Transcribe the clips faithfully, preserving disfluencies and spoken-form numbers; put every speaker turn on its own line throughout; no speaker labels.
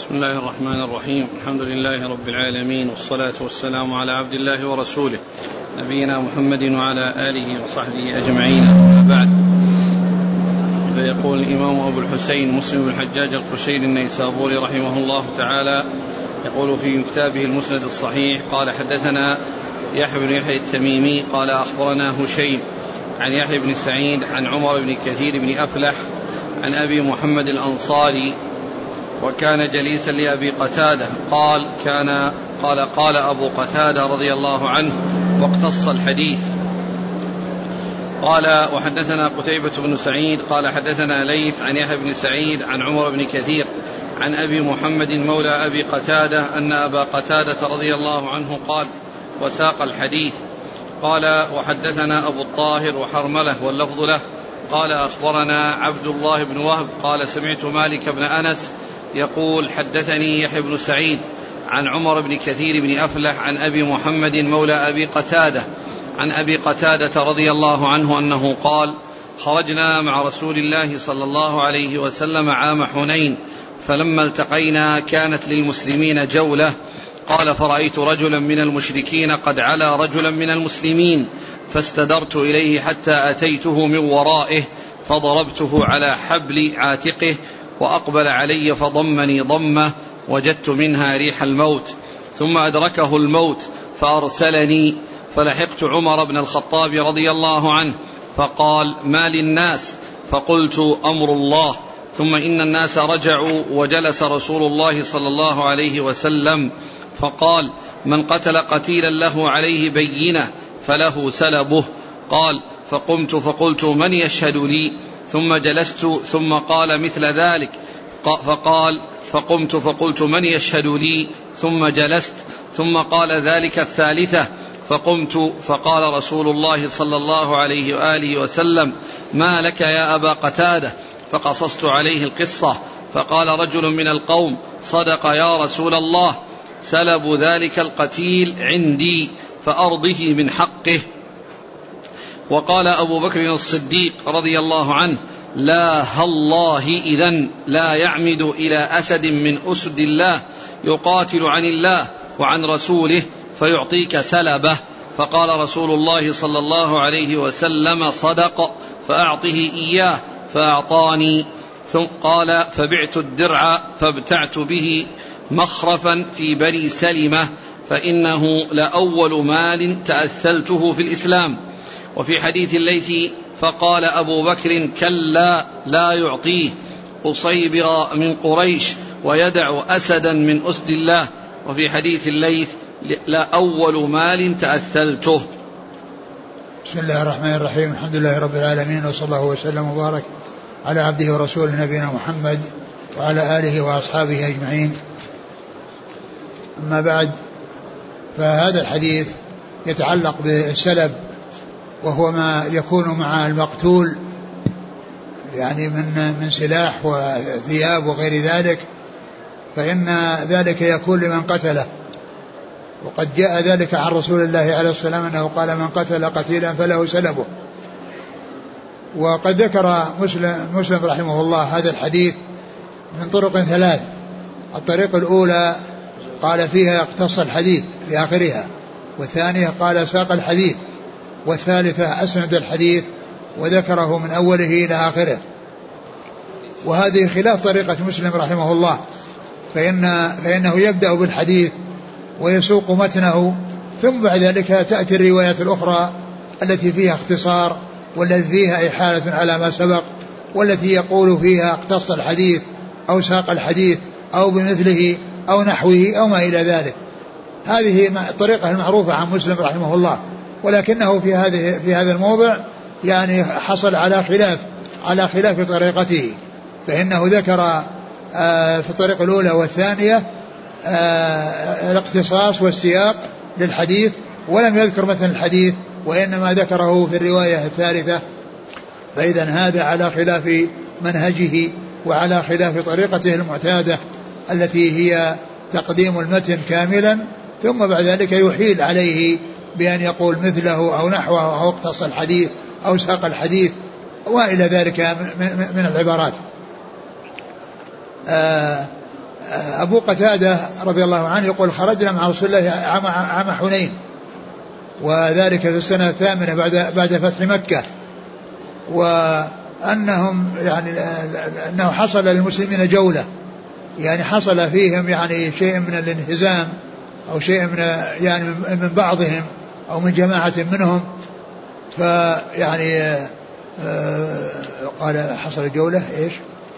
بسم الله الرحمن الرحيم. الحمد لله رب العالمين، والصلاة والسلام على عبد الله ورسوله نبينا محمد وعلى آله وصحبه أجمعين. أما بعد، فيقول الإمام أبو الحسين مسلم بن الحجاج القشيري النيسابوري رحمه الله تعالى يقول في كتابه المسند الصحيح: قال حدثنا يحيى بن يحيى التميمي قال أخبرنا هشيم عن يحيى بن سعيد عن عمر بن كثير بن أفلح عن أبي محمد الأنصاري وكان جليسا لأبي قتادة قال كان قال قال أبو قتادة رضي الله عنه واقتص الحديث. قال وحدثنا قتيبة بن سعيد قال حدثنا ليث عن يحيى بن سعيد عن عمر بن كثير عن أبي محمد مولى أبي قتادة أن أبا قتادة رضي الله عنه قال وساق الحديث. قال وحدثنا أبو الطاهر وحرملة واللفظ له قال أخبرنا عبد الله بن وهب قال سمعت مالك بن أنس يقول حدثني يحيى بن سعيد عن عمر بن كثير بن أفلح عن أبي محمد مولى أبي قتادة عن أبي قتادة رضي الله عنه أنه قال خرجنا مع رسول الله صلى الله عليه وسلم عام حنين، فلما التقينا كانت للمسلمين جولة. قال فرأيت رجلا من المشركين قد علا رجلا من المسلمين، فاستدرت إليه حتى أتيته من ورائه فضربته على حبل عاتقه، وأقبل علي فضمني ضمة وجدت منها ريح الموت، ثم أدركه الموت فأرسلني، فلحقت عمر بن الخطاب رضي الله عنه فقال ما للناس؟ فقلت أمر الله. ثم إن الناس رجعوا وجلس رسول الله صلى الله عليه وسلم فقال من قتل قتيلا له عليه بينة فله سلبه. قال فقمت فقلت من يشهد لي؟ ثم جلست ثم قال مثل ذلك، فقال فقمت فقلت من يشهد لي؟ ثم جلست ثم قال ذلك الثالثة، فقمت فقال رسول الله صلى الله عليه وآله وسلم ما لك يا أبا قتادة؟ فقصصت عليه القصة، فقال رجل من القوم صدق يا رسول الله، سلب ذلك القتيل عندي فأرضه من حقه. وقال أبو بكر الصديق رضي الله عنه لا هالله إذن لا يعمد إلى أسد من أسد الله يقاتل عن الله وعن رسوله فيعطيك سلبه. فقال رسول الله صلى الله عليه وسلم صدق فأعطه إياه، فأعطاني. ثم قال فبعت الدرع فابتعت به مخرفا في بني سلمة، فإنه لأول مال تأثلته في الإسلام. وفي حديث الليث فقال أبو بكر كلا لا يعطيه أصيبغ من قريش ويدع أسدا من أسد الله. وفي حديث الليث لأول مال تأثلته.
بسم الله الرحمن الرحيم. الحمد لله رب العالمين، وصلى الله وسلم وبارك على عبده ورسوله نبينا محمد وعلى آله وأصحابه أجمعين. أما بعد، فهذا الحديث يتعلق بالسلب، وهو ما يكون مع المقتول يعني من من سلاح وثياب وغير ذلك، فإن ذلك يكون لمن قتله. وقد جاء ذلك عن رسول الله عليه الصلاة والسلام أنه قال من قتل قتيلا فله سلبه. وقد ذكر مسلم, مسلم رحمه الله هذا الحديث من طرق ثلاث. الطريق الأولى قال فيها اقتص الحديث في آخرها، والثانية قال ساق الحديث، والثالثة أسند الحديث وذكره من أوله إلى آخره. وهذه خلاف طريقة مسلم رحمه الله، فإن فإنه يبدأ بالحديث ويسوق متنه، ثم بعد ذلك تأتي الروايات الأخرى التي فيها اختصار، والتي فيها إحالة على ما سبق، والتي يقول فيها اقتص الحديث أو ساق الحديث أو بمثله أو نحوه أو ما إلى ذلك. هذه الطريقة المعروفة عن مسلم رحمه الله، ولكنه في هذه في هذا الموضع يعني حصل على خلاف على خلاف طريقته، فإنه ذكر في الطريقة الأولى والثانية الاقتصاص والسياق للحديث، ولم يذكر مثل الحديث، وإنما ذكره في الرواية الثالثة. فإذا هذا على خلاف منهجه وعلى خلاف طريقته المعتادة، التي هي تقديم المتن كاملا ثم بعد ذلك يحيل عليه بأن يقول مثله أو نحوه أو اقتص الحديث أو ساق الحديث وإلى ذلك من العبارات. آه أبو قتادة رضي الله عنه يقول خرجنا مع رسول الله عام, عام حنين، وذلك في السنة الثامنة بعد بعد فتح مكة، وأنهم يعني أنه حصل للمسلمين جولة، يعني حصل فيهم يعني شيء من الانهزام أو شيء من يعني من بعضهم أو من جماعة منهم، فيعني آه قال حصل جولة إيش؟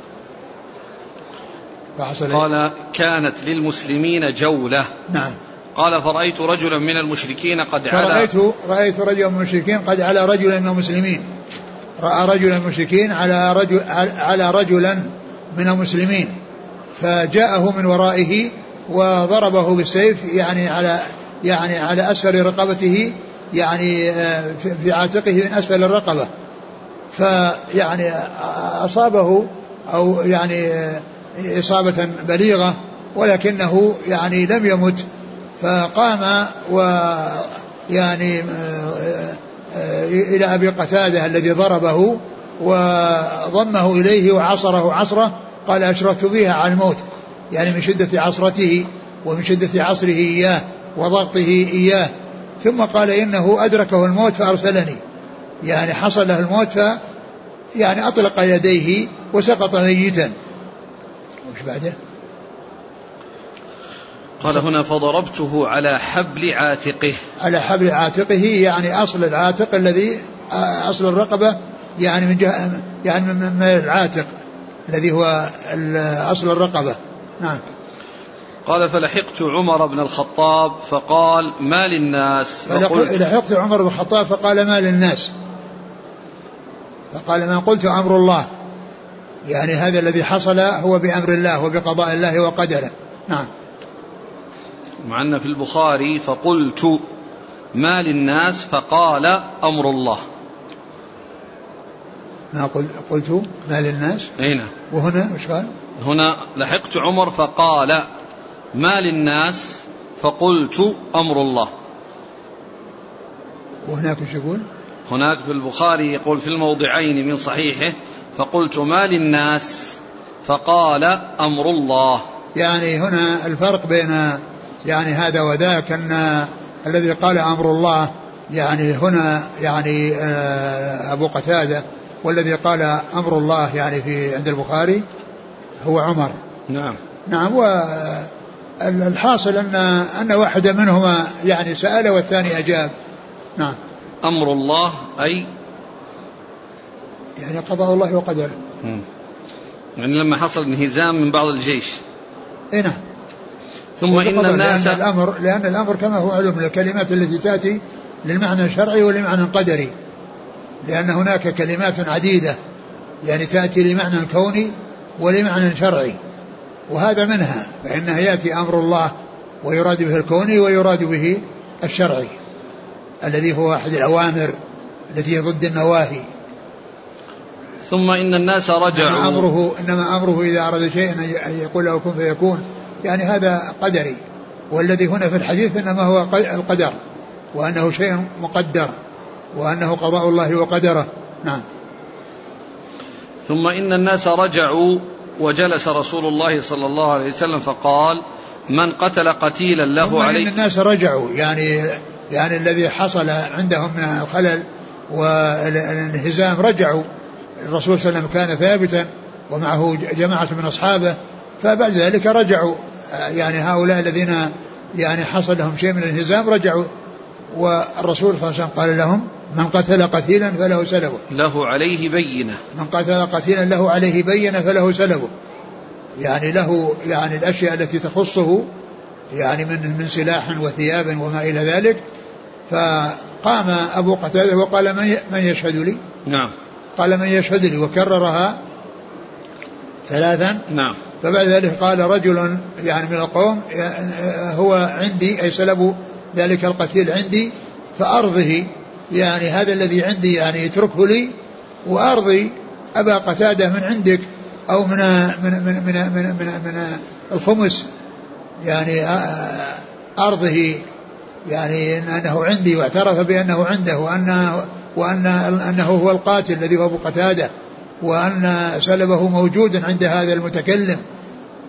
قال كانت للمسلمين جولة.
نعم.
قال فرأيت رجلا من المشركين قد علا
فرأيت رأيت رجلا من المشركين قد على رجلا من المسلمين، رأى رجلا من المشركين على رجل على رجلا من المسلمين، فجاءه من ورائه وضربه بالسيف يعني على يعني على أسفل رقبته، يعني في عاتقه من أسفل الرقبة، فيعني أصابه أو يعني إصابة بليغة، ولكنه يعني لم يمت، فقام ويعني إلى أبي قتادة الذي ضربه وضمه إليه وعصره عصره، قال أشرت بها على الموت، يعني من شدة عصرته ومن شدة عصره إياه وضغطه إياه. ثم قال إنه أدركه الموت فأرسلني، يعني حصل له الموت ف يعني أطلق يديه وسقط ميتا. وش بعده؟
قال هنا فضربته على حبل عاتقه.
على حبل عاتقه يعني أصل العاتق الذي أصل الرقبة، يعني من جهة يعني من العاتق الذي هو أصل الرقبة. نعم.
قال فلحقت عمر بن الخطاب فقال ما للناس؟
لحقت عمر بن الخطاب فقال ما للناس؟ فقال ما قلت أمر الله، يعني هذا الذي حصل هو بأمر الله وبقضاء الله وقدره. نعم.
مع أن في البخاري فقلت ما للناس فقال أمر الله.
ما قلت ما للناس.
أين؟
وهنا وش قال؟
هنا لحقت عمر فقال ما للناس فقلت أمر الله.
وهناك وش يقول؟
هناك في البخاري يقول في الموضعين من صحيحه فقلت ما للناس فقال أمر الله.
يعني هنا الفرق بين يعني هذا وذاك أن الذي قال أمر الله يعني هنا يعني أبو قتادة، والذي قال أمر الله يعني في عند البخاري هو عمر.
نعم.
نعم. والحاصل أن أن واحد منهما يعني سأل والثاني أجاب. نعم.
أمر الله أي
يعني قضاء الله وقدره.
يعني لما حصل انهزام من بعض الجيش.
إيه نعم.
ثم إن الناس
لأن الأمر, لأن الأمر كما هو علم من الكلمات التي تأتي للمعنى الشرعي ولمعنى قدري، لأن هناك كلمات عديدة يعني تأتي لمعنى كوني ولمعنى شرعي، وهذا منها، فإنها يأتي أمر الله ويراد به الكوني ويراد به الشرعي الذي هو أحد الأوامر التي ضد النواهي.
ثم إن الناس رجعوا.
إنما أمره, إنما أمره إذا أراد شيئا أن يقول له كن فيكون، يعني هذا قدري، والذي هنا في الحديث إنما هو القدر، وأنه شيء مقدر، وأنه قضاء الله وقدره. نعم.
ثم إن الناس رجعوا وجلس رسول الله صلى الله عليه وسلم فقال من قتل قتيلا له عليه.
ثم إن الناس رجعوا يعني يعني الذي حصل عندهم من الخلل والانهزام رجعوا. الرسول صلى الله عليه وسلم كان ثابتا ومعه جماعة من أصحابه، فبعد ذلك رجعوا يعني هؤلاء الذين يعني حصل لهم شيء من الانهزام رجعوا، والرسول صلى الله عليه وسلم قال لهم من قتل قتيلا فله سلبه
له عليه بينة.
من قتل قتيلا له عليه بينة فله سلبه، يعني له يعني الأشياء التي تخصه يعني من من سلاح وثياب وما إلى ذلك. فقام أبو قتادة وقال من من يشهد لي؟
نعم.
قال من يشهد لي، وكررها ثلاثا.
نعم.
فبعد ذلك قال رجل يعني من القوم هو عندي أي سلب ذلك القتيل عندي فأرضه، يعني هذا الذي عندي يعني اتركه لي وأرضي أبا قتادة من عندك أو من من من من من, من, من الخمس يعني أرضه، يعني أنه عندي، واعترف بأنه عنده وأنه, وأن أنه هو القاتل الذي هو أبو قتادة، وأن سلبه موجود عند هذا المتكلم.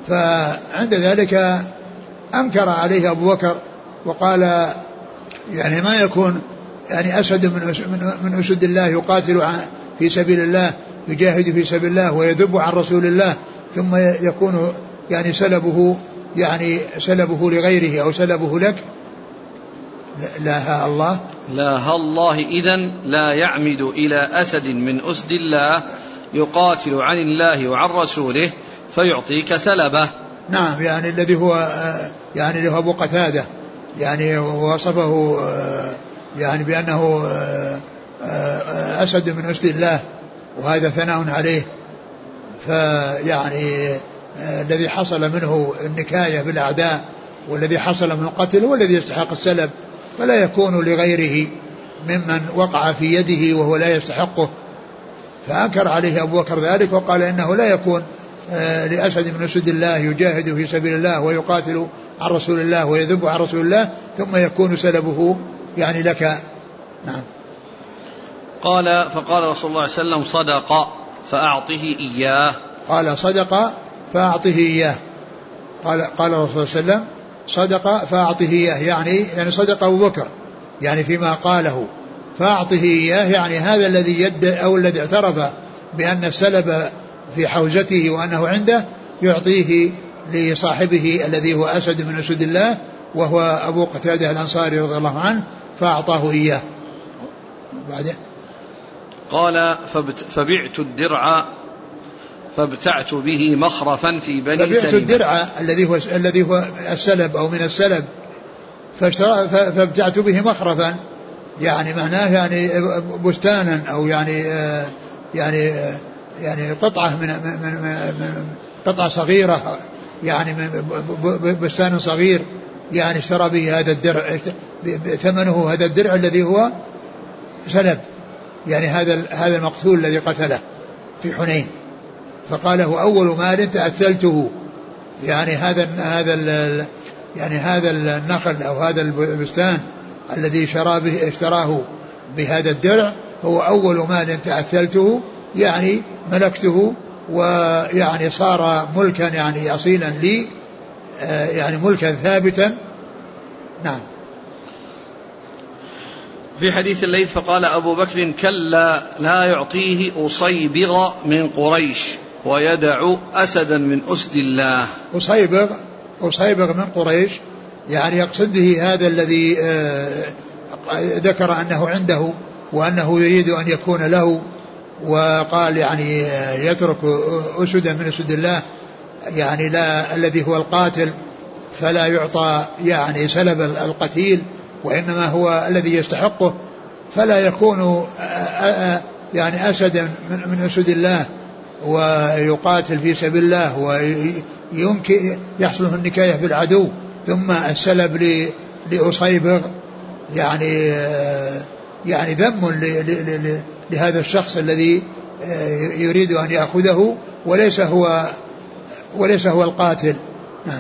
فعند ذلك أنكر عليه أبو بكر وقال يعني ما يكون يعني أسد من أسد الله يقاتل في سبيل الله يجاهد في سبيل الله ويذب عن رسول الله ثم يكون يعني سلبه يعني سلبه لغيره أو سلبه لك. لا ها الله
لا ها الله إذن لا يعمد إلى أسد من أسد الله يقاتل عن الله وعن رسوله فيعطيك سلبه.
نعم يعني الذي هو يعني اللي هو أبو قتادة يعني وصفه يعني بأنه أسد من أسد الله وهذا ثناء عليه. فيعني الذي حصل منه النكاية بالأعداء والذي حصل من القتل هو الذي يستحق السلب فلا يكون لغيره ممن وقع في يده وهو لا يستحقه. فأنكر عليه أبو بكر ذلك وقال إنه لا يكون لأسد من أسد الله يجاهد في سبيل الله ويقاتل عن رسول الله ويذب عن رسول الله ثم يكون سلبه يعني لك. نعم.
قال فقال رسول الله صلى الله عليه وسلم صدق فأعطه إياه.
قال صدق فأعطه إياه. قال قال الرسول صلى الله عليه وسلم صدق فأعطه إياه يعني يعني صدق أبو بكر يعني فيما قاله فأعطه إياه يعني هذا الذي يد أو الذي اعترف بأن السلب في حوزته وأنه عنده يعطيه لصاحبه الذي هو أسد من أسد الله وهو أبو قتادة الأنصاري رضي الله عنه فأعطاه إياه. بعدين
قال فبعت الدرع فابتعت به مخرفا في بني سلمة.
فبعت الدرع الذي هو الذي هو السلب أو من السلب فابتعت به مخرفا يعني معناه يعني بستانا أو يعني يعني يعني قطعة من, من, من قطعة صغيرة يعني من بستان صغير يعني اشترى به هذا الدرع ثمنه هذا الدرع الذي هو سلب يعني هذا هذا المقتول الذي قتله في حنين. فقال هو أول مال تأثلته يعني هذا هذا يعني هذا النخل أو هذا البستان الذي شرى به اشتراه بهذا الدرع هو أول مال تأثلته يعني ملكته ويعني صار ملكا يعني أصيلا لي يعني ملكا ثابتا. نعم.
في حديث الليث فقال أبو بكر كلا لا يعطيه أصيبغ من قريش ويدع أسدا من أسد الله.
أصيبغ أصيبغ من قريش يعني يقصد به هذا الذي ذكر أنه عنده وأنه يريد أن يكون له وقال يعني يترك أسدا من أسد الله يعني لا الذي هو القاتل فلا يعطى يعني سلب القتيل وإنما هو الذي يستحقه فلا يكون يعني أسدا من أسد الله ويقاتل في سبيل الله ويمكن يحصله النكاية بالعدو ثم السلب لأصيبغ يعني يعني ذم لهذا الشخص الذي يريد أن يأخذه وليس هو وليس هو القاتل. نعم.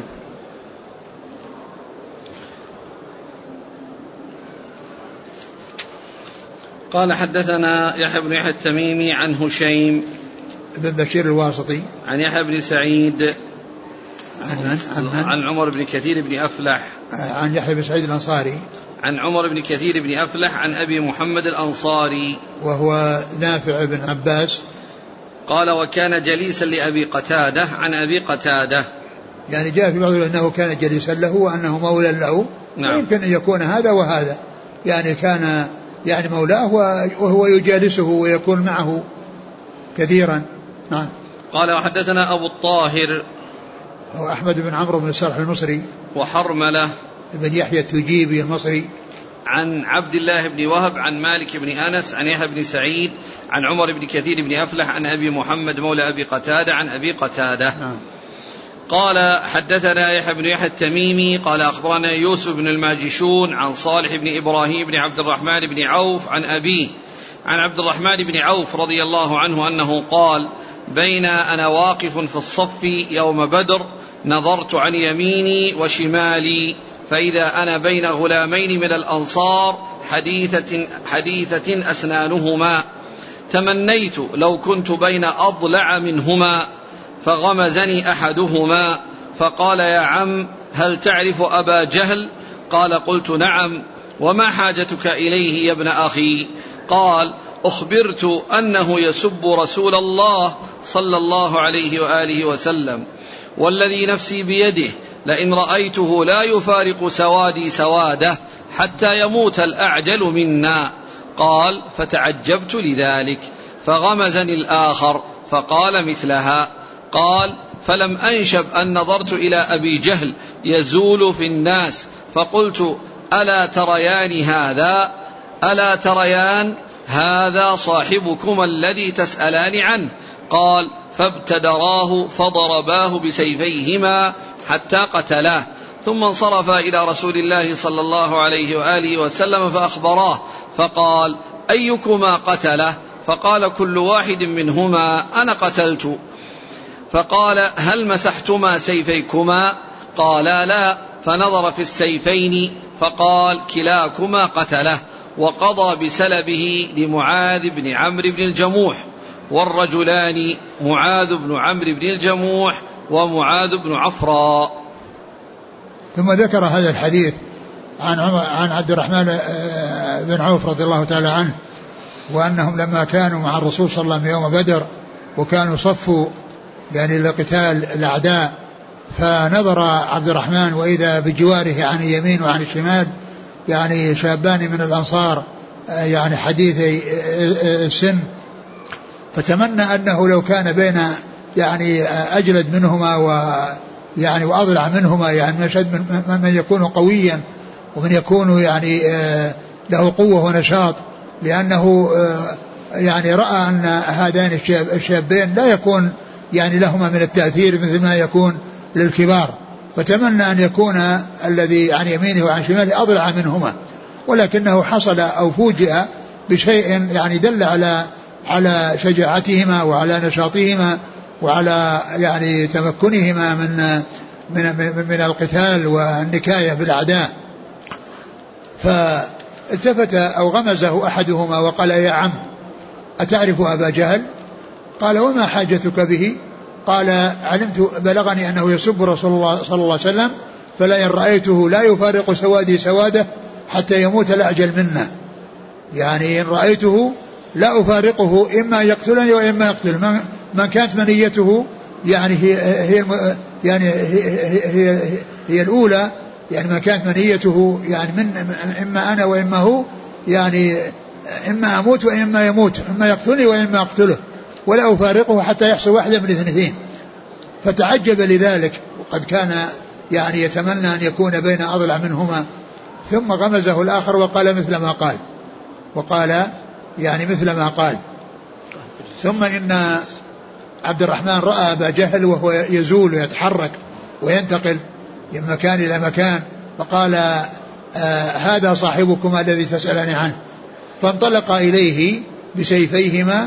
قال حدثنا يحيى بن يحيى التميمي عن هشيم
بن بشير الواسطي
عن يحيى بن سعيد
عن من؟ عن, من؟
عن عمر بن كثير بن أفلح
عن يحيى بن سعيد الأنصاري
عن عمر بن كثير بن أفلح عن أبي محمد الأنصاري
وهو نافع بن عباس.
قال وكان جليسا لأبي قتادة عن أبي قتادة
يعني جاء في بعض أنه كان جليسا له وأنه مولى له. نعم. يمكن أن يكون هذا وهذا يعني كان يعني مولاه وهو يجالسه ويكون معه كثيرا. نعم.
قال وحدثنا أبو الطاهر
هو أحمد بن عمرو بن السرح المصري
وحرملة
بن يحيى التجيبي المصري
عن عبد الله بن وهب عن مالك بن أنس عن يحيى بن سعيد عن عمر بن كثير بن أفلح عن أبي محمد مولى أبي قتادة عن أبي قتادة. نعم. قال حدثنا يحيى بن يحيى التميمي قال أخبرنا يوسف بن الماجشون عن صالح بن إبراهيم بن عبد الرحمن بن عوف عن أبيه عن عبد الرحمن بن عوف رضي الله عنه أنه قال بين أنا واقف في الصف يوم بدر نظرت عن يميني وشمالي فإذا أنا بين غلامين من الأنصار حديثة, حديثة أسنانهما تمنيت لو كنت بين أضلع منهما فغمزني أحدهما فقال يا عم هل تعرف أبا جهل؟ قال قلت نعم. وما حاجتك إليه يا ابن أخي؟ قال أخبرت أنه يسب رسول الله صلى الله عليه وآله وسلم، والذي نفسي بيده لئن رأيته لا يفارق سوادي سواده حتى يموت الأعجل منا. قال فتعجبت لذلك، فغمزني الآخر فقال مثلها. قال فلم أنشب أن نظرت إلى أبي جهل يزول في الناس فقلت ألا تريان هذا ألا تريان هذا صاحبكما الذي تسألان عنه؟ قال فابتدراه فضرباه بسيفيهما حتى قتلاه، ثم انصرفا إلى رسول الله صلى الله عليه وآله وسلم فأخبراه، فقال أيكما قتله؟ فقال كل واحد منهما أنا قتلت. فقال هل مسحتما سيفيكما؟ قالا لا. فنظر في السيفين فقال كلاكما قتله، وقضى بسلبه لمعاذ بن عمرو بن الجموح، والرجلان معاذ بن عمرو بن الجموح ومعاذ بن عفراء.
ثم ذكر هذا الحديث عن عن عبد الرحمن بن عوف رضي الله تعالى عنه، وأنهم لما كانوا مع الرسول صلى الله عليه وسلم يوم بدر وكانوا صفوا يعني لقتال الأعداء، فنظر عبد الرحمن وإذا بجواره عن اليمين وعن الشمال يعني شابان من الأنصار يعني حديثي السن، فتمنى أنه لو كان بين يعني أجلد منهما ويعني وأضلع منهما، يعني من أشد من, من يكون قويا ومن يكون يعني له قوة ونشاط، لأنه يعني رأى أن هذان الشابين لا يكون يعني لهما من التأثير مثل ما يكون للكبار، فتمنى أن يكون الذي عن يمينه وعن شماله أضلع منهما، ولكنه حصل أو فوجئ بشيء يعني دل على على شجاعتهما وعلى نشاطهما وعلى يعني تمكنهما من من من القتال والنكاية بالأعداء. فالتفت أو غمزه أحدهما وقال يا عم أتعرف أبا جهل؟ قال وما حاجتك به؟ قال علمت بلغني أنه يسب رسول الله صلى الله عليه وسلم، فلئن رأيته لا يفارق سوادي سواده حتى يموت الأعجل منا، يعني إن رأيته لا أفارقه إما يقتلني وإما يقتل من, من كانت منيته يعني هي, هي يعني هي, هي, هي الأولى، يعني من كانت منيته يعني من إما أنا وإما هو، يعني إما أموت وإما يموت، إما يقتلني وإما أقتله، ولا أفارقه حتى يحصل واحدة من الاثنتين. فتعجب لذلك، وقد كان يعني يتمنى أن يكون بين أضلع منهما. ثم غمزه الآخر وقال مثل ما قال وقال يعني مثل ما قال. ثم إن عبد الرحمن رأى أبا جهل وهو يزول ويتحرك وينتقل من مكان إلى مكان، فقال آه هذا صاحبكما الذي تسألني عنه، فانطلق إليه بسيفيهما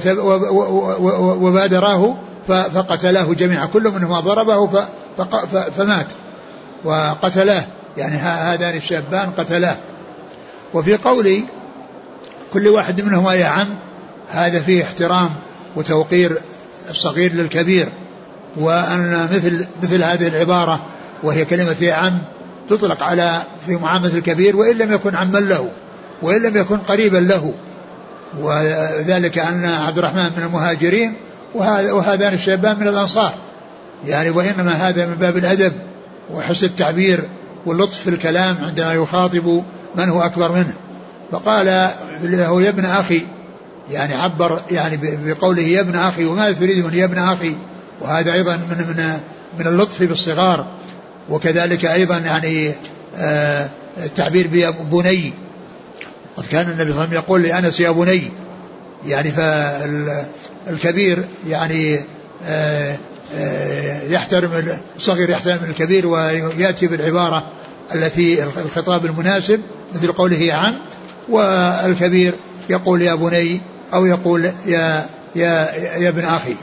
وبادراه فقتلاه جميعا، كل منهما ضربه فمات وقتلاه، يعني هذان الشابان قتلاه. وفي قولي كل واحد منهما يا عم، هذا فيه احترام وتوقير الصغير للكبير، وأن مثل مثل هذه العبارة وهي كلمة يا عم تطلق على في معاملة الكبير وإن لم يكن عما له وإن لم يكن قريبا له، وذلك أن عبد الرحمن من المهاجرين وهذان الشيبان من الأنصار، يعني وإنما هذا من باب الأدب وحسن التعبير واللطف في الكلام عندما يخاطب من هو أكبر منه. فقال له يا ابن أخي، يعني عبر يعني بقوله يا ابن أخي، وماذا تريد من يا ابن أخي؟ وهذا أيضا من من من اللطف بالصغار، وكذلك أيضا يعني آه التعبير ببني، قد كان النبي صلى الله عليه وسلم يقول لأنس يا بني، يعني فالكبير يعني آه آه يحترم الصغير، يحترم الكبير ويأتي بالعبارة التي الخطاب المناسب مثل قوله يا عم، والكبير يقول يا بني أو يقول يا يا يا ابن أخي.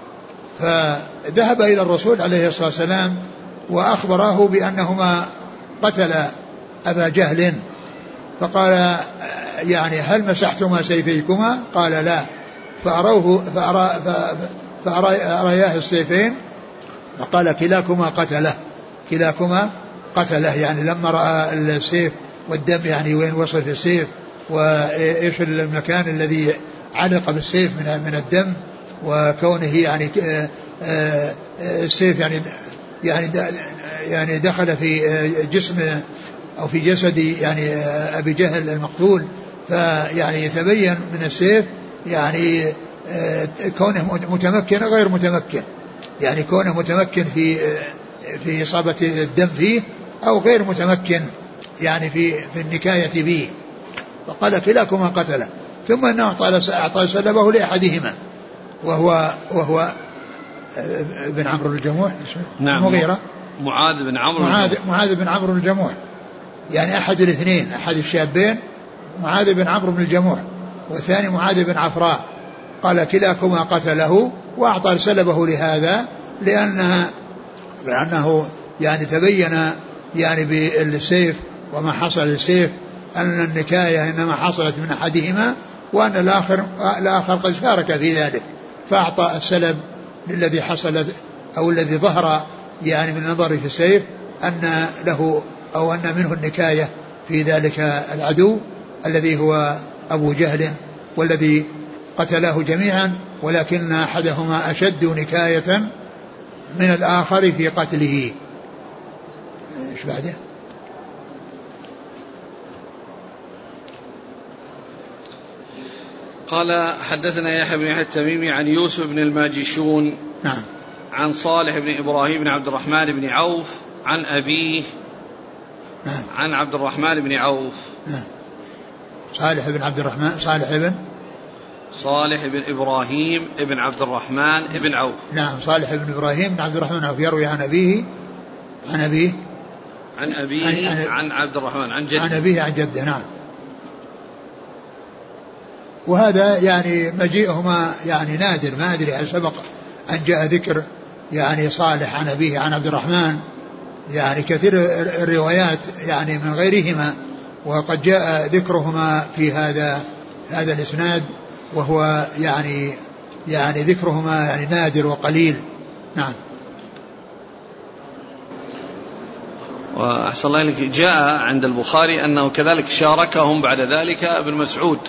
فذهب إلى الرسول عليه الصلاة والسلام وأخبره بأنهما قتل أبا جهل، فقال يعني هل مسحتما سيفيكما؟ قال لا. فأروه فأرى فأرياه السيفين فقال كلاكما قتله كلاكما قتله يعني لما رأى السيف والدم يعني وين وصل في السيف وإيش المكان الذي علق بالسيف من من الدم وكونه يعني السيف يعني يعني يعني دخل في جسم أو في جسد يعني أبي جهل المقتول فيعني يتبين من السيف يعني كونه متمكن غير متمكن يعني كونه متمكن في في إصابة الدم فيه أو غير متمكن يعني في في النكاية به. فقال كلاكما قتله ثم أنه أعطى سلبه لأحدهما وهو وهو بن عمرو الجموح
نعم
مغيرة
معاذ بن عمرو
معاذ, معاذ بن عمرو الجموح يعني أحد الاثنين أحد الشابين معاذ بن عمرو بن الجموح والثاني معاذ بن عفراء. قال كلاكما قتله وأعطى سلبه لهذا لأنها لأنه يعني تبين يعني بالسيف وما حصل للسيف أن النكاية إنما حصلت من أحدهما وأن الآخر, الآخر قد شارك في ذلك فأعطى السلب للذي حصل أو الذي ظهر يعني من النظر في السيف أن له أو أن منه النكاية في ذلك العدو الذي هو أبو جهل والذي قتله جميعا ولكن أحدهما أشد نكاية من الآخر في قتله. إيش بعده؟
قال حدثنا يحيى بن يحيى التميمي عن يوسف بن الماجشون
نعم
عن صالح بن إبراهيم بن عبد الرحمن بن عوف عن أبيه
نعم
عن عبد الرحمن بن عوف
نعم صالح بن عبد الرحمن صالح بن
صالح بن إبراهيم بن عبد الرحمن بن عوف
نعم صالح بن إبراهيم بن عبد الرحمن عوف يروي عن أبيه عن أبيه
عن أبيه عن, عن عبد الرحمن عن جده
عن أبيه عن جده نعم. وهذا يعني مجيئهما يعني نادر ما أدري هل سبق أن جاء ذكر يعني صالح عن أبيه عن عبد الرحمن يعني كثير الروايات يعني من غيرهما وقد جاء ذكرهما في هذا هذا الإسناد وهو يعني يعني ذكرهما يعني نادر وقليل. نعم.
وأحسن الله إليك جاء عند البخاري أنه كذلك شاركهم بعد ذلك ابن مسعود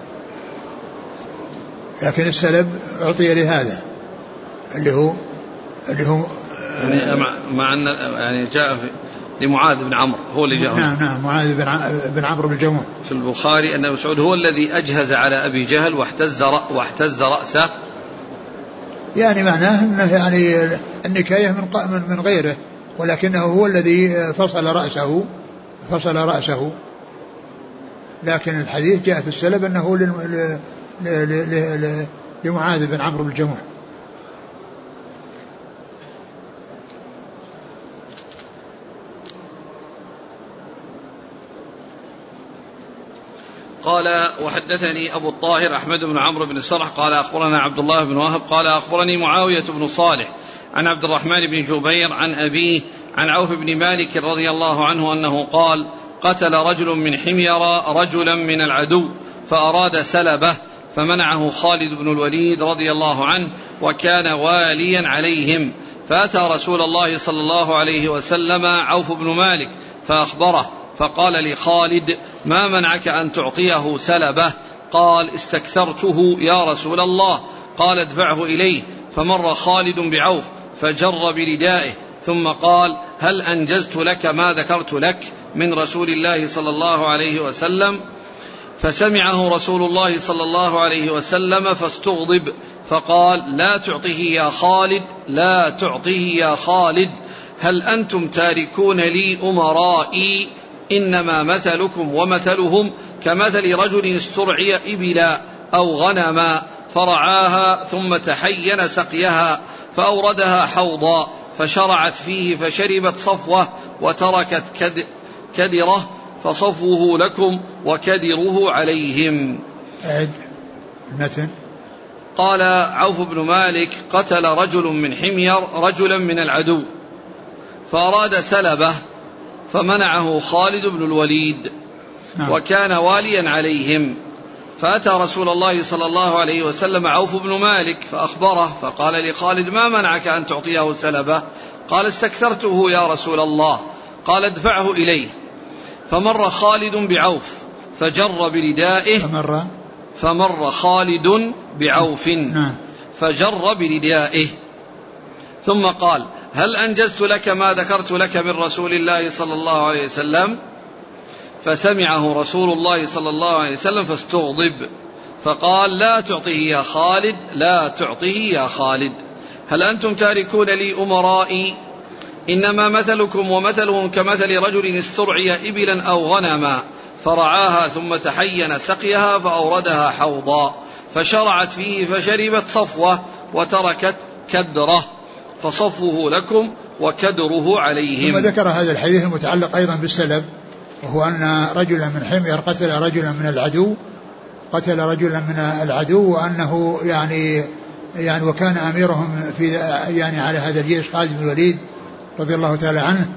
لكن السلب أعطي لهذا اللي هو اللي هو
يعني مع أن يعني جاء لمعاذ بن عمرو هو اللي جاء
نعم نعم معاذ بن عمرو بن الجموح
في البخاري أن مسعود هو الذي أجهز على أبي جهل واحتز واحتز رأسه
يعني معناه أنه يعني النكاية من من غيره ولكنه هو الذي فصل رأسه فصل رأسه لكن الحديث جاء في السلب أنه لمعاذ بن عمرو بن الجموح.
قال وحدثني أبو الطاهر أحمد بن عمرو بن السرح قال أخبرنا عبد الله بن وهب قال أخبرني معاوية بن صالح عن عبد الرحمن بن جبير عن أبيه عن عوف بن مالك رضي الله عنه أنه قال قتل رجل من حمير رجلا من العدو فأراد سلبه فمنعه خالد بن الوليد رضي الله عنه وكان واليا عليهم فأتى رسول الله صلى الله عليه وسلم عوف بن مالك فأخبره فقال لخالد ما منعك أن تعطيه سلبه؟ قال استكثرته يا رسول الله. قال ادفعه إليه. فمر خالد بعوف فجر بردائه ثم قال هل أنجزت لك ما ذكرت لك من رسول الله صلى الله عليه وسلم؟ فسمعه رسول الله صلى الله عليه وسلم فاستغضب فقال لا تعطه يا خالد لا تعطه يا خالد هل أنتم تاركون لي أمرائي إنما مثلكم ومثلهم كمثل رجل استرعي إبلا أو غنما فرعاها ثم تحين سقيها فأوردها حوضا فشرعت فيه فشربت صفوة وتركت كد كدره فصفوه لكم وكدره عليهم.
أعد المتن.
قال عوف بن مالك قتل رجل من حمير رجلا من العدو فأراد سلبه فمنعه خالد بن الوليد وكان واليا عليهم فأتى رسول الله صلى الله عليه وسلم عوف بن مالك فأخبره فقال لخالد ما منعك أن تعطيه سلبه؟ قال استكثرته يا رسول الله. قال ادفعه إليه. فمر خالد بعوف فجر بردائه
فمر,
فمر خالد بعوف فجر بردائه ثم قال هل أنجزت لك ما ذكرت لك من رسول الله صلى الله عليه وسلم؟ فسمعه رسول الله صلى الله عليه وسلم فاستغضب فقال لا تعطه يا خالد لا تعطه يا خالد. هل أنتم تاركون لي أمرائي؟ إنما مثلكم ومثلهم كمثل رجل استرعي إبلا أو غنما فرعاها ثم تحين سقيها فأوردها حوضا فشرعت فيه فشربت صفوة وتركت كدره فصفوه لكم وكدره عليهم.
ثم ذكر هذا الحديث المتعلق أيضا بالسلب، وهو أن رجلا من حمير قتل رجلا من العدو قتل رجلا من العدو وأنه يعني يعني وكان أميرهم في يعني على هذا الجيش خالد بن الوليد رضي الله تعالى عنه،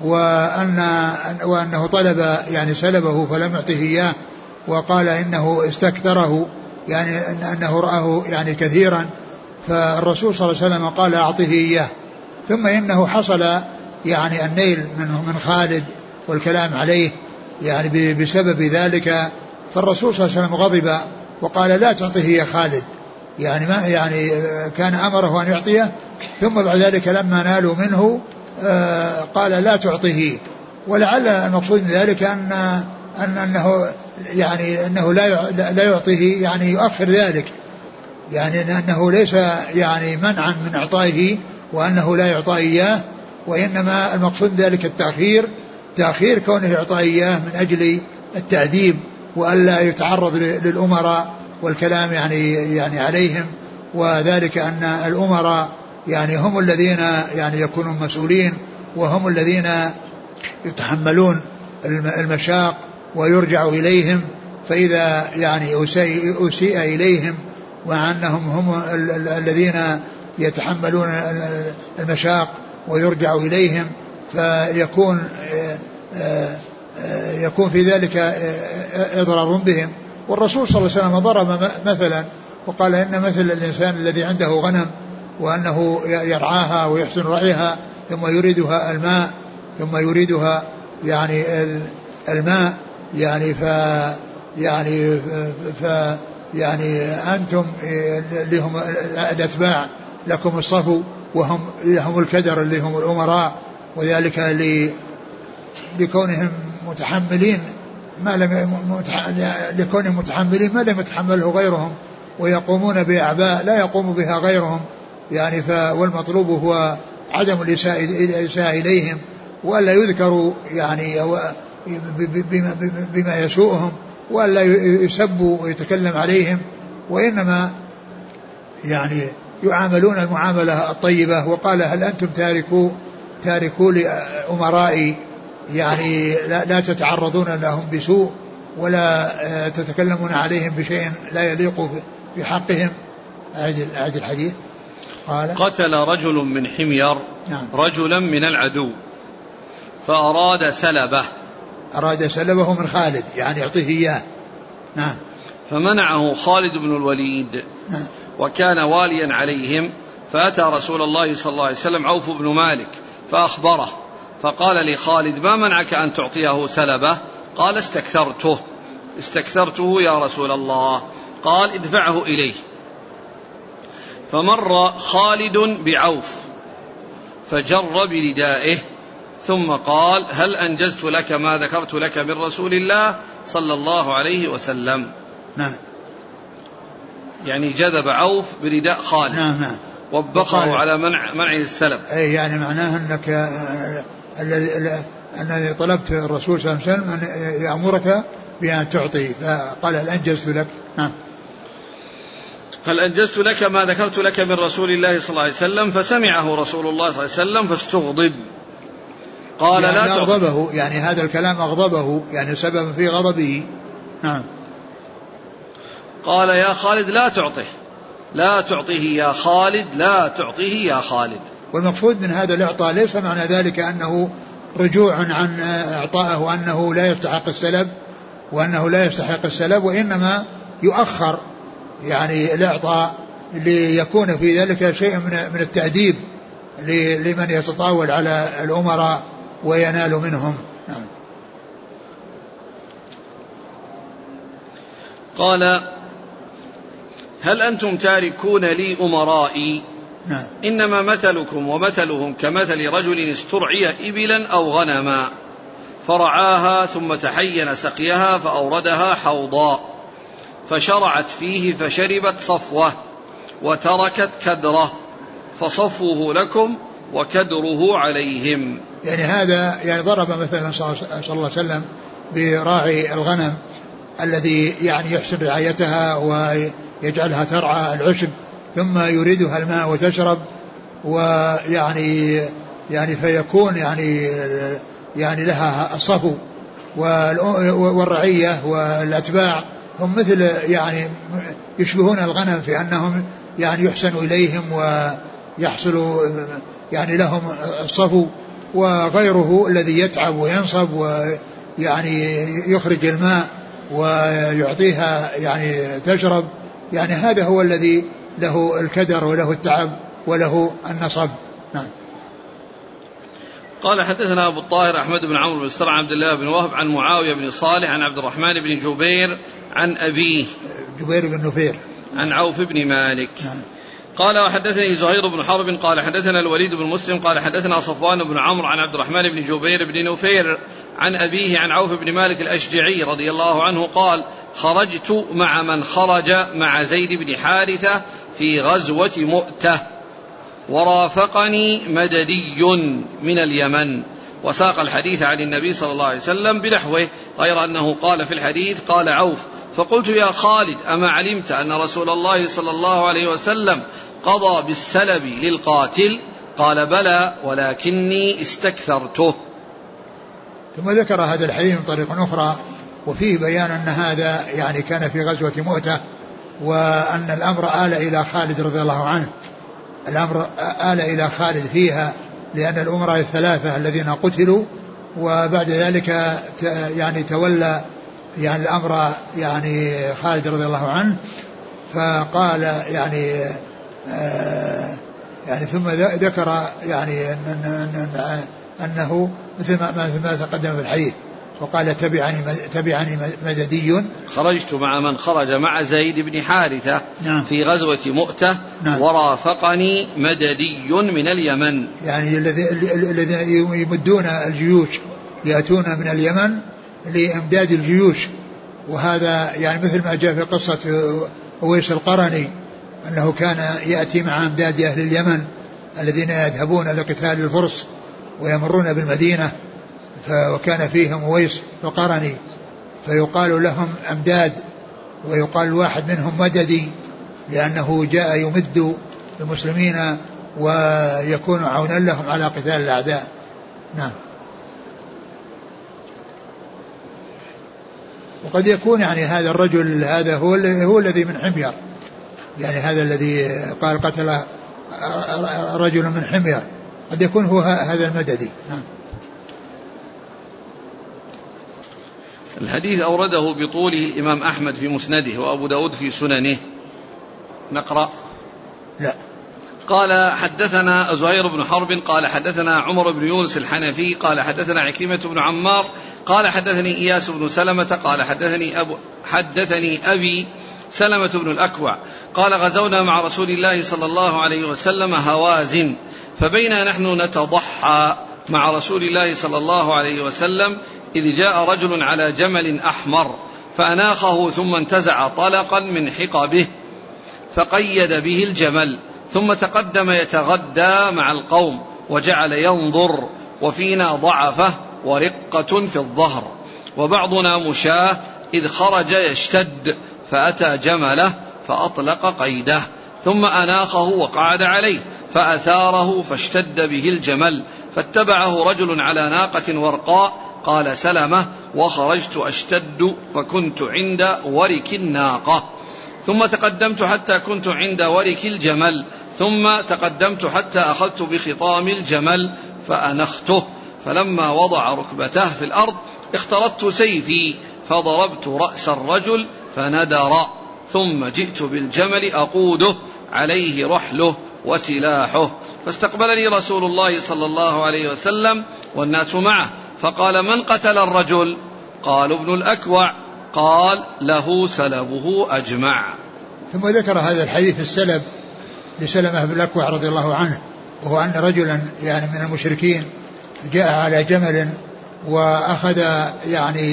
وأن وأنه طلب يعني سلبه فلم يعطه إياه وقال إنه استكثره يعني أنه رآه يعني كثيرا، فالرسول صلى الله عليه وسلم قال أعطه إياه. ثم إنه حصل يعني النيل من من خالد والكلام عليه يعني بسبب ذلك، فالرسول صلى الله عليه وسلم غضب وقال لا تعطيه يا خالد، يعني ما يعني كان أمره أن يعطيه، ثم بعد ذلك لما نالوا منه آه قال لا تعطيه. ولعل المقصود من ذلك أن أن أنه يعني أنه لا لا يعطيه يعني يؤخر ذلك، يعني أنه ليس يعني منعا من إعطائه وأنه لا يعطى إياه، وإنما المقصود ذلك التأخير، تأخير كونه يعطى إياه من أجل التأديب وألا يتعرض للأمراء والكلام يعني يعني عليهم، وذلك أن الأمراء يعني هم الذين يعني يكونون مسؤولين وهم الذين يتحملون المشاق ويرجع إليهم، فإذا يعني أسيء إليهم مع أنهم هم الذين يتحملون المشاق ويرجع إليهم فيكون يكون في ذلك إضرار بهم. والرسول صلى الله عليه وسلم ضرب مثلا وقال إن مثل الإنسان الذي عنده غنم وأنه يرعاها ويحسن رعيها ثم يريدها الماء ثم يريدها يعني الماء يعني ف يعني ف يعني أنتم لهم الأتباع لكم الصفو وهم لهم الكدر اللي هم الأمراء، وذلك لكونهم متحملين ما لم لكونهم متحملين ما لم يتحمله غيرهم ويقومون بأعباء لا يقوم بها غيرهم يعني ف والمطلوب هو عدم الإساءة إليهم وألا يذكروا يعني بما, بما يسوءهم وألا يسبوا ويتكلم عليهم، وإنما يعني يعاملون المعاملة الطيبة. وقال هل أنتم تاركوا تاركوا لأمرائي يعني لا, لا تتعرضون لهم بسوء ولا تتكلمون عليهم بشيء لا يليق في حقهم. أعد أعد الحديث. قال
قتل رجل من حمير نعم. رجلا من العدو فأراد سلبه
أراد سلبه من خالد يعني يعطيه إياه نعم.
فمنعه خالد بن الوليد نعم. وكان واليا عليهم، فأتى رسول الله صلى الله عليه وسلم عوف بن مالك فأخبره فقال لخالد ما منعك أن تعطيه سلبه؟ قال استكثرته استكثرته يا رسول الله. قال ادفعه إليه. فمر خالد بعوف فجر بردائه ثم قال هل أنجزت لك ما ذكرت لك من رسول الله صلى الله عليه وسلم؟
نعم.
يعني جذب عوف برداء خالد
نعم نعم.
وبقه على منع منعه السلب.
أي يعني معناه أنك الذي أنني طلبت الرسول صلى الله عليه وسلم أن يأمرك بأن تعطي، فقال هل أنجزت لك؟ نعم.
هل أنجزت لك ما ذكرت لك من رسول الله صلى الله عليه وسلم؟ فسمعه رسول الله صلى الله عليه وسلم فاستغضب قال
يعني
لا
أغضبه، يعني هذا الكلام أغضبه يعني سبب في غضبه. نعم.
قال يا خالد لا تعطه لا تعطيه يا خالد لا تعطيه يا خالد.
والمقصود من هذا الإعطاء ليس معنى ذلك أنه رجوع عن إعطائه وأنه لا يستحق السلب وأنه لا يستحق السلب، وإنما يؤخر يعني الإعطاء ليكون في ذلك شيء من التأديب لمن يتطاول على الأمراء وينال منهم. نعم.
قال هل أنتم تاركون لي أمرائي؟
نعم.
إنما مثلكم ومثلهم كمثل رجل استرعي إبلا أو غنما فرعاها ثم تحين سقيها فأوردها حوضا فشرعت فيه فشربت صفوة وتركت كدره فصفوه لكم وكدره عليهم.
يعني هذا يعني ضرب مثلا صلى الله عليه وسلم براعي الغنم الذي يعني يحسن رعايتها ويجعلها ترعى العشب ثم يريدها الماء وتشرب ويعني يعني فيكون يعني يعني لها الصفو والرعية والأتباع هم مثل يعني يشبهون الغنم في أنهم يعني يحسن إليهم ويحصل يعني لهم الصفو، وغيره الذي يتعب وينصب ويعني يخرج الماء ويعطيها يعني تشرب، يعني هذا هو الذي له الكدر وله التعب وله النصب. نعم.
قال حدثنا أبو الطاهر أحمد بن عمرو بن سرع عبد الله بن وهب عن معاوية بن صالح عن عبد الرحمن بن جبير عن أبيه
جبير بن نفير
عن عوف بن مالك.
نعم.
قال وحدثني زهير بن حرب قال حدثنا الوليد بن مسلم قال حدثنا صفوان بن عمرو عن عبد الرحمن بن جبير بن نفير عن أبيه عن عوف بن مالك الأشجعي رضي الله عنه قال خرجت مع من خرج مع زيد بن حارثة في غزوة مؤتة ورافقني مددي من اليمن، وساق الحديث عن النبي صلى الله عليه وسلم بنحوه غير أنه قال في الحديث قال عوف فقلت يا خالد أما علمت أن رسول الله صلى الله عليه وسلم قضى بالسلب للقاتل؟ قال بلى ولكني استكثرته.
ثم ذكر هذا الحديث من طريق أخرى وفيه بيان أن هذا يعني كان في غزوة مؤتة وأن الأمر آل إلى خالد رضي الله عنه، الأمر آل إلى خالد فيها لأن الأمراء الثلاثة الذين قتلوا وبعد ذلك يعني تولى يعني الأمر يعني خالد رضي الله عنه، فقال يعني آه يعني ثم ذكر يعني أن أن أن أنه مثل ما ما تقدم في الحديث وقال تبعني تبعني مددي.
خرجت مع من خرج مع زيد بن حارثة
نعم.
في غزوة مؤتة
نعم.
ورافقني مددي من اليمن،
يعني الذين يمدون الجيوش يأتون من اليمن لإمداد الجيوش، وهذا يعني مثل ما جاء في قصة أويس القرني أنه كان يأتي مع أمداد أهل اليمن الذين يذهبون لقتال الفرس ويمرون بالمدينة، وكان فيهم أويس القرني فيقال لهم أمداد ويقال واحد منهم مددي لأنه جاء يمد المسلمين ويكون عونا لهم على قتال الأعداء. نعم. وقد يكون يعني هذا الرجل هذا هو هو الذي من حمير، يعني هذا الذي قال قتل رجل من حمير قد يكون هو هذا المددي. نعم.
الحديث أورده بطوله الإمام أحمد في مسنده وأبو داود في سننه. نقرأ.
لا.
قال حدثنا زهير بن حرب قال حدثنا عمر بن يونس الحنفي قال حدثنا عكرمة بن عمار قال حدثني إياس بن سلمة قال حدثني أبو حدثني أبي سلمة بن الأكوع قال غزونا مع رسول الله صلى الله عليه وسلم هوازن فبينا نحن نتضحى مع رسول الله صلى الله عليه وسلم إذ جاء رجل على جمل أحمر فأناخه ثم انتزع طلقا من حقبه فقيد به الجمل ثم تقدم يتغدى مع القوم وجعل ينظر وفينا ضعفة ورقة في الظهر وبعضنا مشاه إذ خرج يشتد فأتى جمله فأطلق قيده ثم أناخه وقعد عليه فأثاره فاشتد به الجمل فاتبعه رجل على ناقة ورقاء قال سلمة وخرجت أشتد فكنت عند ورك الناقة ثم تقدمت حتى كنت عند ورك الجمل ثم تقدمت حتى أخذت بخطام الجمل فأنخته فلما وضع ركبته في الأرض اخترت سيفي فضربت رأس الرجل فندر ثم جئت بالجمل أقوده عليه رحله وسلاحه، فاستقبلني رسول الله صلى الله عليه وسلم والناس معه، فقال: من قتل الرجل؟ قالوا: ابن الأكوع. قال: له سلبه أجمع.
ثم ذكر هذا الحديث السلب لسلمة بن الأكوع رضي الله عنه، وهو أن رجلا يعني من المشركين جاء على جمل وأخذ يعني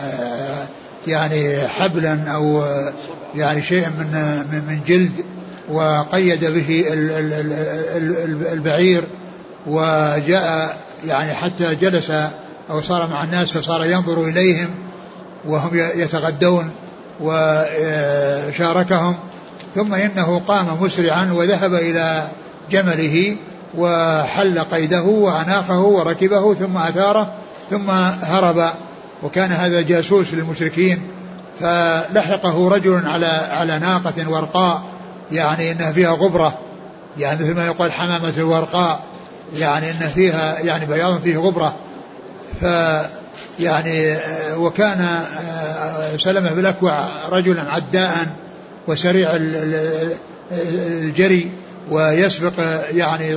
يعني حبلا أو يعني شيء من من جلد وقيد به البعير، وجاء يعني حتى جلس أو صار مع الناس فصار ينظر إليهم وهم يتغدون وشاركهم، ثم إنه قام مسرعا وذهب إلى جمله وحل قيده وأناخه وركبه ثم أثاره ثم هرب، وكان هذا جاسوس للمشركين. فلحقه رجل على على ناقة ورقاء، يعني إنها فيها غبرة، يعني مثل ما يقول حمامة الورقاء، يعني إن فيها يعني بياض فيه غبرة. ف يعني وكان سلمة بن الأكوع رجلا عداء وسريع الجري ويسبق، يعني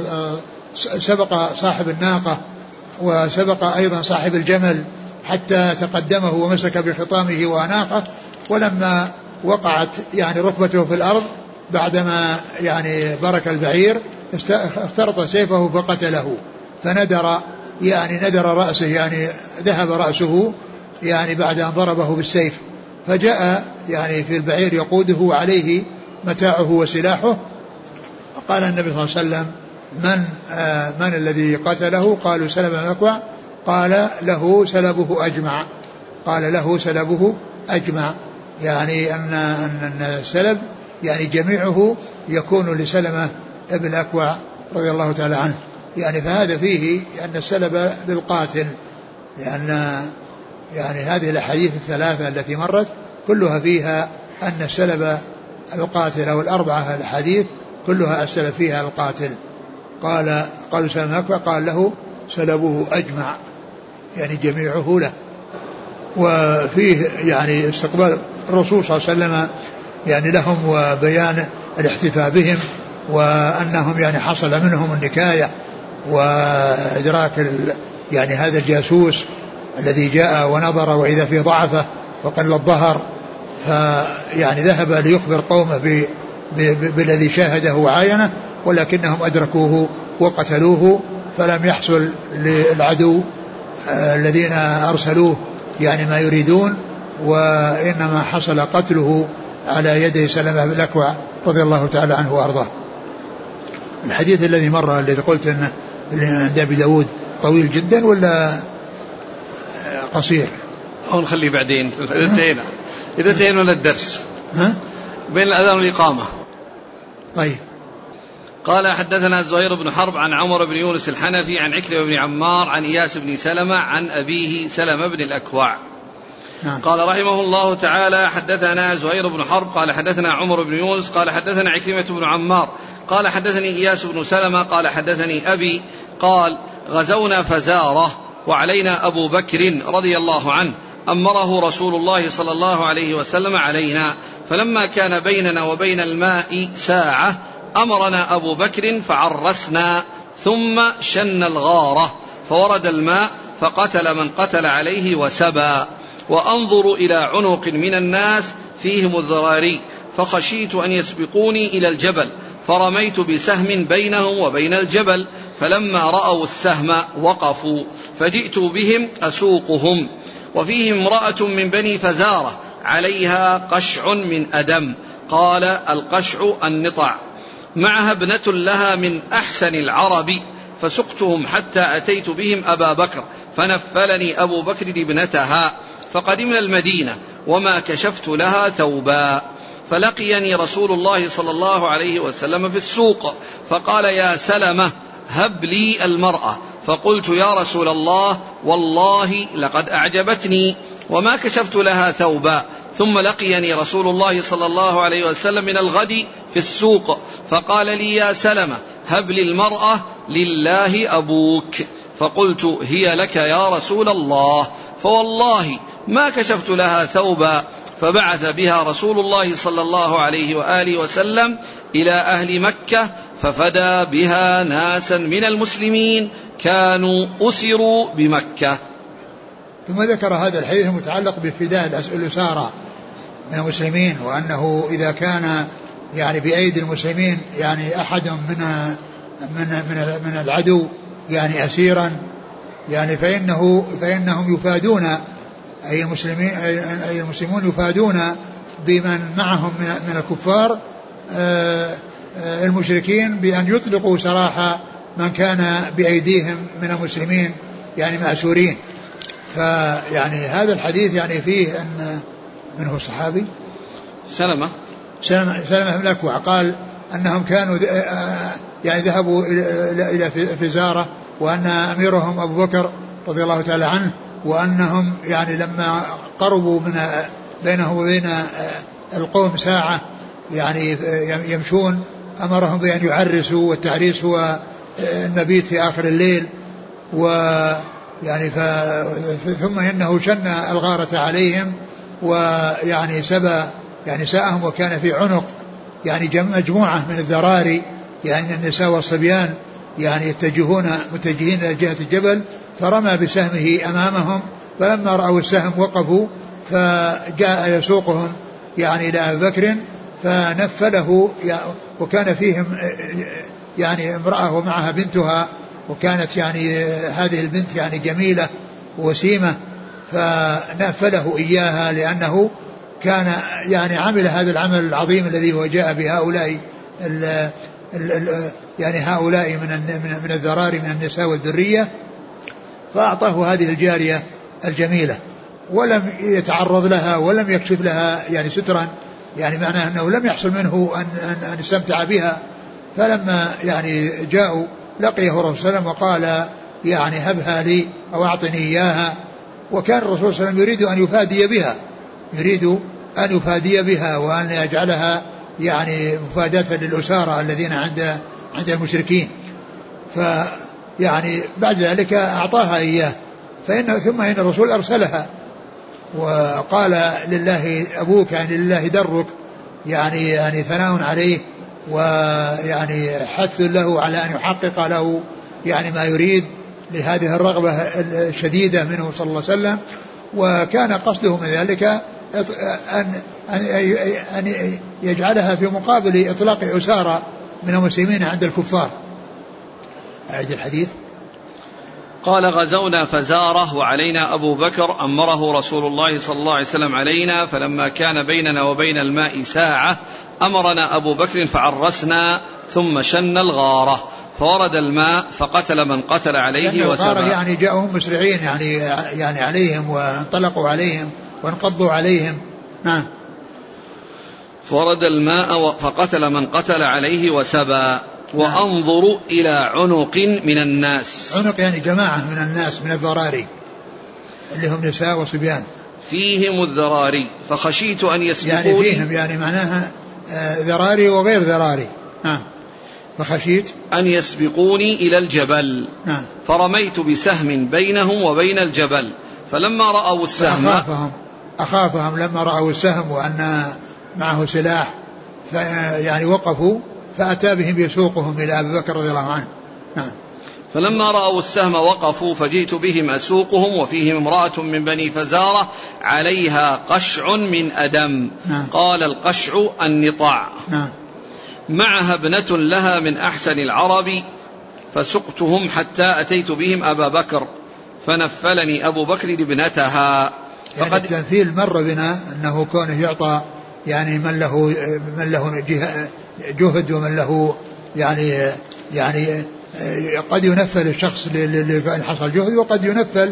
سبق صاحب الناقة وسبق أيضا صاحب الجمل حتى تقدمه ومسك بخطامه وأناقه، ولما وقعت يعني ركبته في الأرض بعدما يعني برك البعير اخترط سيفه فقتله، فندر يعني ندر رأسه، يعني ذهب رأسه يعني بعد أن ضربه بالسيف. فجاء يعني في البعير يقوده عليه متاعه وسلاحه، فقال النبي صلى الله عليه وسلم: من آه من الذي قتله؟ قالوا: سلمة بن الأكوع. قال: له سلبه أجمع. قال: له سلبه أجمع، يعني أن أن السلب يعني جميعه يكون لسلمة بن الأكوع رضي الله تعالى عنه. يعني فهذا فيه أن السلب للقاتل، لأن يعني هذه الأحاديث الثلاثة التي مرت كلها فيها أن السلب القاتل، أو الأربعة الحديث كلها السلب فيها القاتل. قال قالوا سلمة أكوع، قال: له سلبه أجمع، يعني جميعه له. وفيه يعني استقبال الرسول صلى الله عليه وسلم يعني لهم وبيان الاحتفاء بهم، وأنهم يعني حصل منهم النكاية وإدراك يعني هذا الجاسوس الذي جاء ونظر وإذا فيه ضعفه وقل الظهر، فيعني ذهب ليخبر قومه بالذي شاهده وعاينه، ولكنهم أدركوه وقتلوه، فلم يحصل للعدو الذين أرسلوه يعني ما يريدون، وإنما حصل قتله على يد سلمة بن الأكوع رضي الله تعالى عنه وأرضاه. الحديث الذي مر الذي قلت أنه عند أبي داود طويل جدا ولا قصير؟
أو نخليه بعدين إذا انتهينا إذا انتهينا من الدرس
ها؟
بين الأذان والإقامة.
طيب.
قال: حدثنا زهير بن حرب عن عمر بن يونس الحنفي عن عكرمة بن عمار عن إياس بن سلمة عن أبيه سلمة بن الأكوع. نعم. قال رحمه الله تعالى: حدثنا زهير بن حرب قال حدثنا عمر بن يونس قال حدثنا عكرمة بن عمار قال حدثني إياس بن سلمة قال حدثني أبي قال: غزونا فزارة وعلينا أبو بكر رضي الله عنه، أمره رسول الله صلى الله عليه وسلم علينا، فلما كان بيننا وبين الماء ساعة أمرنا أبو بكر فعرسنا، ثم شن الغارة فورد الماء فقتل من قتل عليه وسبى، وأنظر إلى عنق من الناس فيهم الذراري، فخشيت أن يسبقوني إلى الجبل، فرميت بسهم بينهم وبين الجبل، فلما رأوا السهم وقفوا، فجئت بهم أسوقهم، وفيهم امرأة من بني فزارة عليها قشع من أدم، قال: القشع النطع، معها ابنة لها من أحسن العرب، فسقتهم حتى أتيت بهم أبا بكر، فنفلني أبو بكر ابنتها، فقدمنا المدينة وما كشفت لها ثوبا، فلقيني رسول الله صلى الله عليه وسلم في السوق، فقال: يا سلمة هب لي المرأة، فقلت: يا رسول الله والله لقد أعجبتني، وما كشفت لها ثوبا. ثم لقيني رسول الله صلى الله عليه وسلم من الغد في السوق، فقال لي: يا سلمة هب لي المرأة لله أبوك، فقلت: هي لك يا رسول الله، فوالله ما كشفت لها ثوبا، فبعث بها رسول الله صلى الله عليه وآله وسلم إلى أهل مكة ففدى بها ناسا من المسلمين كانوا أسروا بمكة.
ثم ذكر هذا الحديث المتعلق بفداء الأسارى من المسلمين، وأنه إذا كان يعني بأيدي المسلمين يعني أحد من من من, من العدو يعني أسيرا يعني فإنه فإنهم يفادون أي المسلمين أي المسلمون يفادون بمن معهم من الكفار المشركين بأن يطلقوا سراح من كان بأيديهم من المسلمين يعني مأسورين. فيعني هذا الحديث يعني فيه أن من هو الصحابي
سلمة
سلمة سلمة بن الأكوع قال أنهم كانوا يعني ذهبوا إلى فزارة وأن أميرهم أبو بكر رضي الله تعالى عنه، وأنهم يعني لما قربوا من بينهم وبين القوم ساعة يعني يمشون أمرهم بأن يعرسوا، والتعريس هو المبيت في آخر الليل، ويعني ثم إنه شن الغارة عليهم ويعني سبى يعني ساءهم، وكان في عنق يعني مجموعة من الذراري يعني النساء والصبيان يعني يتجهون متجهين إلى جهة الجبل، فرمى بسهمه أمامهم، فلما رأوا السهم وقفوا فجاء يسوقهم يعني إلى أبي بكر فنفله، وكان فيهم يعني امرأة ومعها بنتها، وكانت يعني هذه البنت يعني جميلة وسيمة، فنفله إياها لأنه كان يعني عمل هذا العمل العظيم الذي هو جاء بهؤلاء ال ال ال يعني هؤلاء من من الذراري من النساء والذرية، فأعطاه هذه الجارية الجميلة ولم يتعرض لها ولم يكشف لها يعني سترا، يعني معناه أنه لم يحصل منه أن, أن, أن استمتع بها. فلما يعني جاءوا لقيه الرسول صلى الله عليه وسلم وقال يعني هبها لي أو أعطني إياها، وكان الرسول صلى الله عليه وسلم يريد أن يفادي بها يريد أن يفادي بها وأن يجعلها يعني مفاداة للأسارة الذين عند عند المشركين. فيعني بعد ذلك أعطاها إياه، فإنه ثم إن الرسول أرسلها وقال لله أبوك يعني لله درك، يعني يعني ثناء عليه ويعني حث له على أن يحقق له يعني ما يريد لهذه الرغبة الشديدة منه صلى الله عليه وسلم. وكان قصده من ذلك أن أن يجعلها في مقابل إطلاق أسارى من المسلمين عند الكفار. أعيد الحديث.
قال غزونا فزاره وعلينا أبو بكر أمره رسول الله صلى الله عليه وسلم علينا، فلما كان بيننا وبين الماء ساعة أمرنا أبو بكر فعرسنا ثم شن الغارة فورد الماء فقتل من قتل عليه وسبى.
يعني جاءهم مسرعين يعني يعني عليهم وانطلقوا عليهم وانقضوا عليهم. نعم.
فورد الماء فقتل من قتل عليه وسبى. وأنظر إلى عنق من الناس.
عنق يعني جماعة من الناس من الذراري اللي هم نساء وصبيان.
فيهم الذراري فخشيت أن يسبقوني.
يعني فيهم يعني معناها ذراري وغير ذراري. نعم. فخشيت
أن يسبقوني إلى الجبل.
نعم.
فرميت بسهم بينهم وبين الجبل فلما رأوا السهم
أخافهم, أخافهم لما رأوا السهم وأن معه سلاح يعني وقفوا، فأتى بهم يسوقهم إلى أبي بكر رضي الله عنه. نعم.
فلما رأوا السهم وقفوا فجئت بهم أسوقهم وفيهم امرأة من بني فزارة عليها قشع من أدم.
نعم.
قال القشع النطاع.
نعم.
معها ابنة لها من أحسن العرب فسقتهم حتى أتيت بهم أبا بكر فنفلني أبو بكر لابنتها.
يعني التنفيل مر بنا أنه كونه يعطى يعني من له من له جهد ومن له يعني يعني قد ينفل الشخص اللي حصل جهد وقد ينفل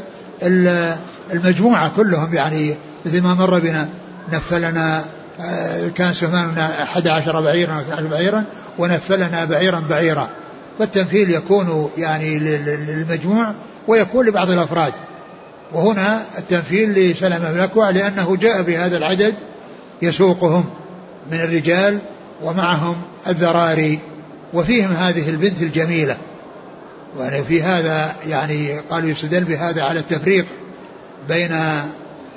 المجموعة كلهم، يعني مثل ما مر بنا نفلنا كان سهماننا أحد عشر بعيرا واثنى عشر بعيرا ونفلنا بعيرا بعيرا. فالتنفيل يكون يعني للمجموع ويكون لبعض الأفراد، وهنا التنفيل لسلمة بن الأكوع لأنه جاء بهذا العدد يسوقهم من الرجال ومعهم الذراري وفيهم هذه البنت الجميلة. وأنا في هذا يعني قالوا يستدل بهذا على التفريق بين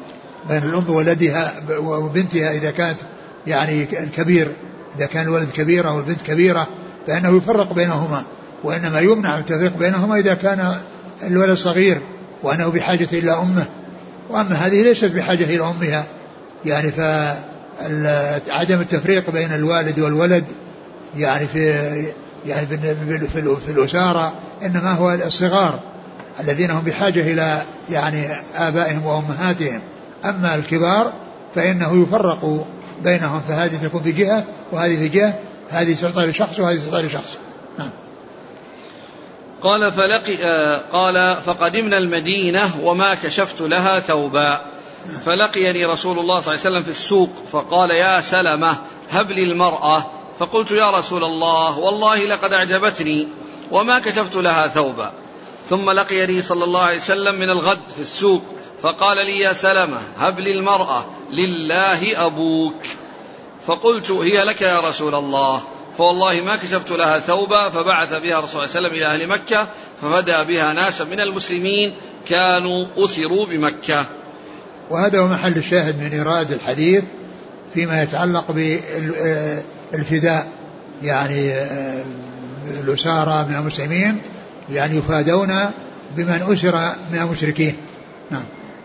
بين الأم وولدها وبنتها إذا كانت يعني كبير، إذا كان الولد كبيرة والبنت كبيرة فإنه يفرق بينهما، وإنما يمنع التفريق بينهما إذا كان الولد صغير وأنه بحاجة إلى أمه، وأما هذه ليست بحاجة إلى أمها يعني. فعدم التفريق بين الوالد والولد يعني في يعني في الأسارة إنما هو الصغار الذين هم بحاجة إلى يعني آبائهم وأمهاتهم، أما الكبار فإنه يفرق بينهم، فهذه تكون في جهة وهذه في جهة، هذه تعطى لشخص وهذه تعطى لشخص. نعم.
قال فلقي قال فقدمنا المدينة وما كشفت لها ثوبا، فلقيني رسول الله صلى الله عليه وسلم في السوق فقال يا سلمة هب لي المرأة، فقلت يا رسول الله والله لقد أعجبتني وما كشفت لها ثوبا. ثم لقيني صلى الله عليه وسلم من الغد في السوق فقال لي يا سلمة هب لي المرأة لله أبوك، فقلت هي لك يا رسول الله، فوالله ما كشفت لها ثوبا، فبعث بها رسول الله صلى الله عليه وسلم إلى أهل مكة ففدى بها ناسا من المسلمين كانوا أسروا بمكة.
وهذا هو محل الشاهد من إيراد الحديث فيما يتعلق بالفداء، يعني الأسارى من المسلمين يعني يفادون بمن أسر من المشركين. نعم.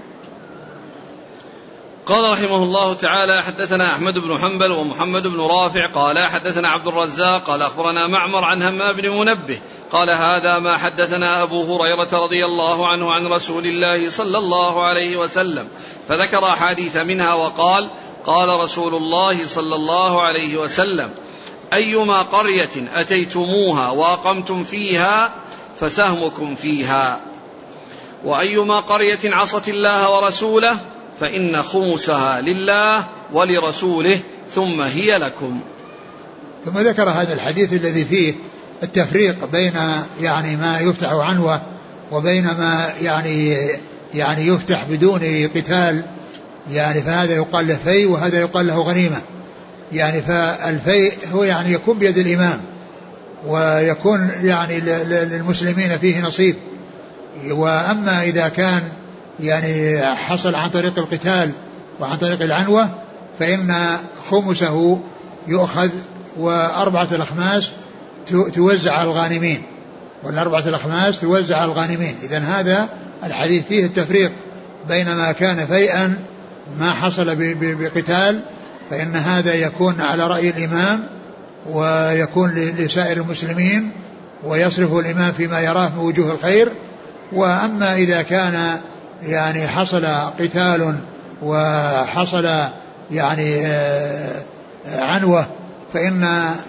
قال رحمه الله تعالى حدثنا أحمد بن حنبل ومحمد بن رافع قال حدثنا عبد الرزاق قال أخبرنا معمر عن همام بن منبه قال هذا ما حدثنا أبو هريرة رضي الله عنه عن رسول الله صلى الله عليه وسلم، فذكر أحاديث منها وقال قال رسول الله صلى الله عليه وسلم أيما قرية أتيتموها وأقمتم فيها فسهمكم فيها، وأيما قرية عصت الله ورسوله فإن خمسها لله ولرسوله ثم هي لكم.
ثم ذكر هذا الحديث الذي فيه التفريق بين يعني ما يفتح عنوة وبين ما يعني يعني يفتح بدون قتال، يعني فهذا يقال له في وهذا يقال له غنيمة. يعني فالفي هو يعني يكون بيد الإمام ويكون يعني للمسلمين فيه نصيب، وأما إذا كان يعني حصل عن طريق القتال وعن طريق العنوة فإن خمسه يؤخذ وأربعة الأخماس توزع على الغانمين، والأربعة الأخماس توزع على الغانمين. إذن هذا الحديث فيه التفريق بين ما كان فيئا ما حصل بقتال فإن هذا يكون على رأي الإمام ويكون لسائر المسلمين ويصرف الإمام فيما يراه من وجوه الخير. وأما إذا كان يعني حصل قتال وحصل يعني عنوة فإن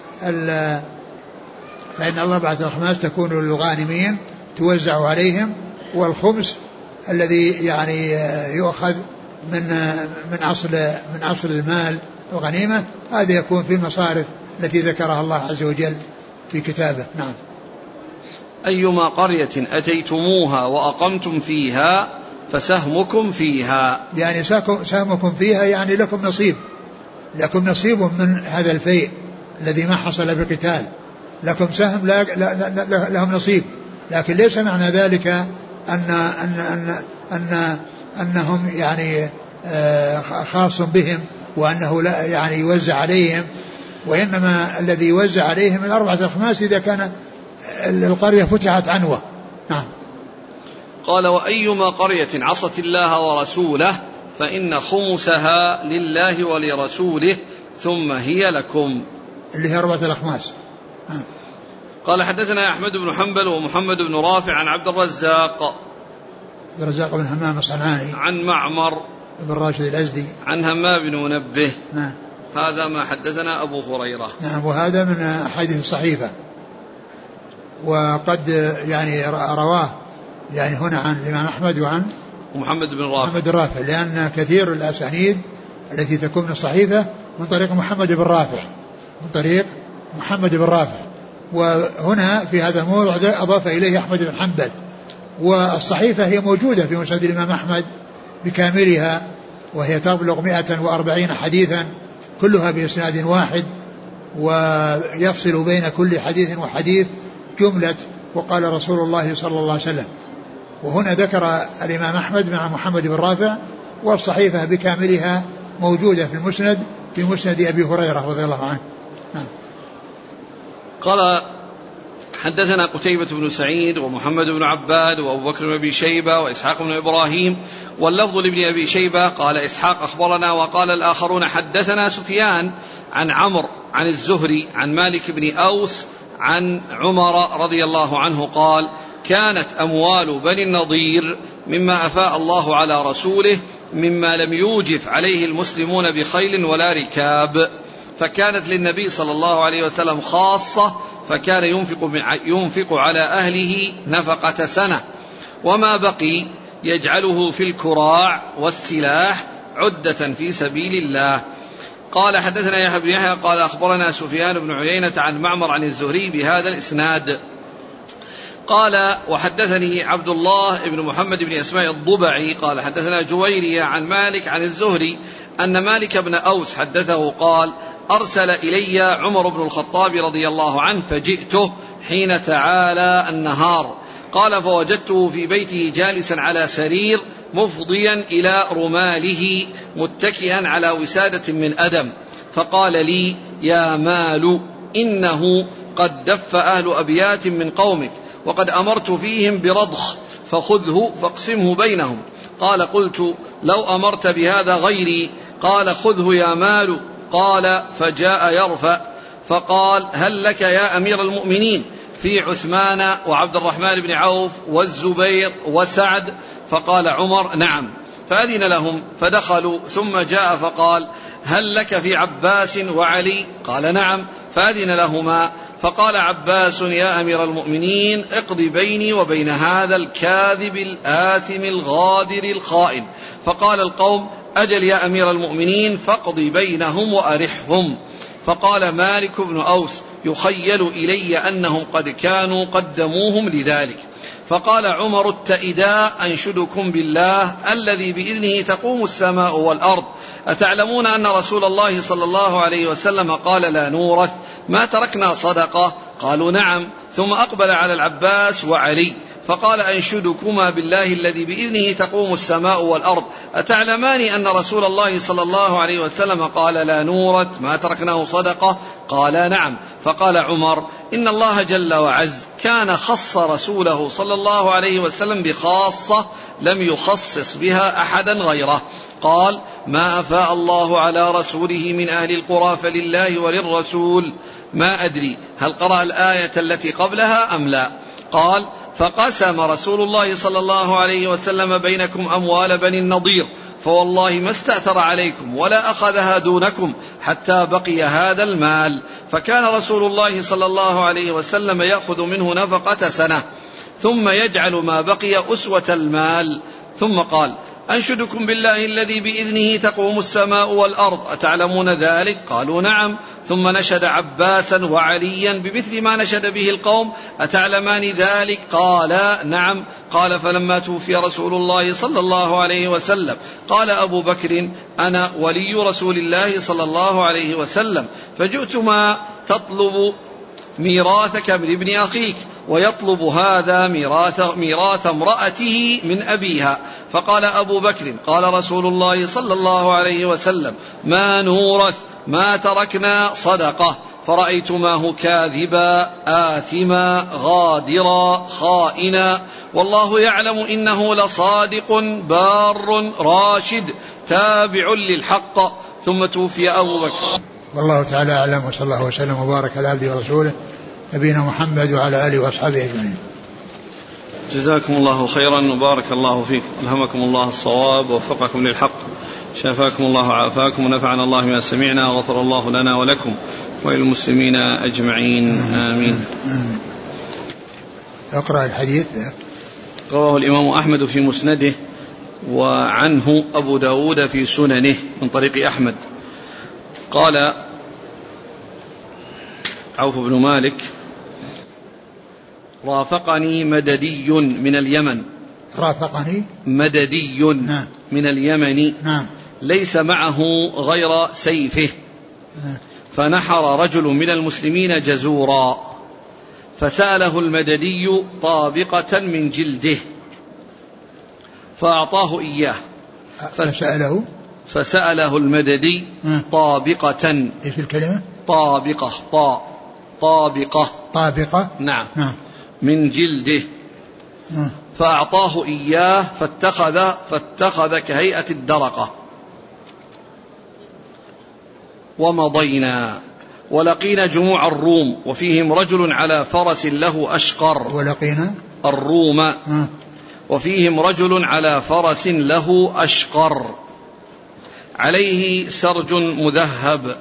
فإن الأربعة الأخماس تكون للغانمين توزع عليهم، والخمس الذي يعني يؤخذ من من أصل من أصل المال الغنيمة هذا يكون في المصارف التي ذكرها الله عز وجل في كتابه. نعم.
أيما قرية أتيتموها وأقمتم فيها فسهمكم فيها،
يعني سهمكم فيها يعني لكم نصيب، لكم نصيب من هذا الفيء الذي ما حصل بقتال، لكم سهم لا لا لا لهم نصيب، لكن ليس معنى ذلك أن أن أن أن أنهم يعني خاص بهم وأنه لا يعني يوزع عليهم، وإنما الذي يوزع عليهم الأربعة أخماس إذا كان القرية فتحت عنوة. نعم.
قال وأيما قرية عصت الله ورسوله فإن خمسها لله ولرسوله ثم هي لكم،
اللي هي أربعة الأخماس. نعم.
قال حدثنا أحمد بن حنبل ومحمد بن رافع عن عبد الرزاق
عبد الرزاق بن همام الصنعاني
عن معمر
بن راشد الأزدي عن
همام بن منبه.
نعم.
هذا ما حدثنا أبو هريرة.
نعم. وهذا من أحاديث الصحيفة، وقد يعني رواه يعني هنا عن الإمام أحمد وعن
محمد بن رافع
محمد الرافع، لأن كثير الأسانيد التي تكون من الصحيفة من طريق محمد بن رافع من طريق محمد بن رافع، وهنا في هذا الموضوع أضاف إليه أحمد بن حنبل. والصحيفة هي موجودة في مسند الإمام أحمد بكاملها، وهي تبلغ مئة وأربعين حديثا كلها بإسناد واحد، ويفصل بين كل حديث وحديث جملة وقال رسول الله صلى الله عليه وسلم. وهنا ذكر الإمام أحمد مع محمد بن رافع والصحيفة بكاملها موجودة في المسند في مسند أبي هريرة رضي الله عنه. نعم.
قال حدثنا قتيبة بن سعيد ومحمد بن عباد وأبو بكر بن أبي شيبة وإسحاق بن إبراهيم واللفظ لابن أبي شيبة قال إسحاق أخبرنا وقال الآخرون حدثنا سفيان عن عمرو عن الزهري عن مالك بن أوس عن عمر رضي الله عنه قال كانت أموال بني النضير مما أفاء الله على رسوله مما لم يوجف عليه المسلمون بخيل ولا ركاب، فكانت للنبي صلى الله عليه وسلم خاصة، فكان ينفق, ينفق على أهله نفقة سنة، وما بقي يجعله في الكراع والسلاح عدة في سبيل الله. قال حدثنا يحيى بن يحيى قال أخبرنا سفيان بن عيينة عن معمر عن الزهري بهذا الإسناد. قال وحدثني عبد الله بن محمد بن أسماء الضبعي قال حدثنا جويرية عن مالك عن الزهري أن مالك بن أوس حدثه قال أرسل إلي عمر بن الخطاب رضي الله عنه فجئته حين تعالى النهار، قال فوجدته في بيته جالسا على سرير مفضيا إلى رماله متكئا على وسادة من أدم، فقال لي يا مال إنه قد دف أهل أبيات من قومك وقد أمرت فيهم برضخ فخذه فاقسمه بينهم. قال قلت لو أمرت بهذا غيري، قال خذه يا مال. قال فجاء يرفع فقال هل لك يا أمير المؤمنين في عثمان وعبد الرحمن بن عوف والزبير وسعد؟ فقال عمر نعم، فأذن لهم فدخلوا، ثم جاء فقال هل لك في عباس وعلي؟ قال نعم، فأذن لهما، فقال عباس يا أمير المؤمنين اقض بيني وبين هذا الكاذب الآثم الغادر الخائن. فقال القوم أجل يا أمير المؤمنين فاقض بينهم وأرحهم. فقال مالك بن أوس يخيل إلي أنهم قد كانوا قدموهم لذلك. فقال عمر التئدا أنشدكم بالله الذي بإذنه تقوم السماء والأرض، أتعلمون أن رسول الله صلى الله عليه وسلم قال لا نورث ما تركنا صدقة؟ قالوا نعم، ثم أقبل على العباس وعلي فقال أنشدكما بالله الذي بإذنه تقوم السماء والأرض، أتعلمان أن رسول الله صلى الله عليه وسلم قال لا نورث ما تركناه صدقة؟ قال نعم. فقال عمر إن الله جل وعز كان خص رسوله صلى الله عليه وسلم بخاصة لم يخصص بها أحدا غيره. قال ما أفاء الله على رسوله من أهل القرى فلله وللرسول. ما أدري هل قرأ الآية التي قبلها أم لا. قال فقسم رسول الله صلى الله عليه وسلم بينكم أموال بني النضير، فوالله ما استأثر عليكم ولا أخذها دونكم حتى بقي هذا المال، فكان رسول الله صلى الله عليه وسلم يأخذ منه نفقة سنة ثم يجعل ما بقي أسوة المال. ثم قال أنشدكم بالله الذي بإذنه تقوم السماء والأرض، أتعلمون ذلك؟ قالوا نعم. ثم نشد عباسا وعليا بمثل ما نشد به القوم، أتعلمان ذلك؟ قالا نعم. قال فلما توفي رسول الله صلى الله عليه وسلم قال أبو بكر أنا ولي رسول الله صلى الله عليه وسلم، فجئتما تطلب ميراثك من ابن أخيك ويطلب هذا ميراث, ميراث امرأته من أبيها. فقال أبو بكر قال رسول الله صلى الله عليه وسلم ما نورث ما تركنا صدقة، فرأيتماه كاذبا آثما غادرا خائنا، والله يعلم إنه لصادق بار راشد تابع للحق. ثم توفي أبو بكر.
والله تعالى أعلم، وصلى الله وسلم وبارك على عبده ورسوله نبينا محمد وعلى آله وأصحابه أجمعين.
جزاكم الله خيرا وبارك الله فيكم، ألهمكم الله الصواب ووفقكم للحق، شافاكم الله وعافاكم ونفعنا الله ما سمعنا وغفر الله لنا ولكم وللمسلمين أجمعين آمين.
اقرأ الحديث.
رواه الإمام أحمد في مسنده وعنه أبو داود في سننه من طريق أحمد. قال عوف بن مالك رافقني مددي من اليمن.
رافقني
مددي
نعم.
من اليمن
نعم.
ليس معه غير سيفه،
نعم.
فنحر رجل من المسلمين جزورا، فسأله المددي طابقة من جلده فأعطاه إياه.
فسأله
فسأله المددي طابقة.
إيش الكلمة؟
طابقة. طا طابقة
طابقة.
نعم.
نعم.
من جلده.
م.
فأعطاه إياه فاتخذ فاتخذ كهيئة الدرقة. ومضينا ولقينا جموع الروم وفيهم رجل على فرس له أشقر.
ولقينا
الروم
م.
وفيهم رجل على فرس له أشقر عليه سرج مذهب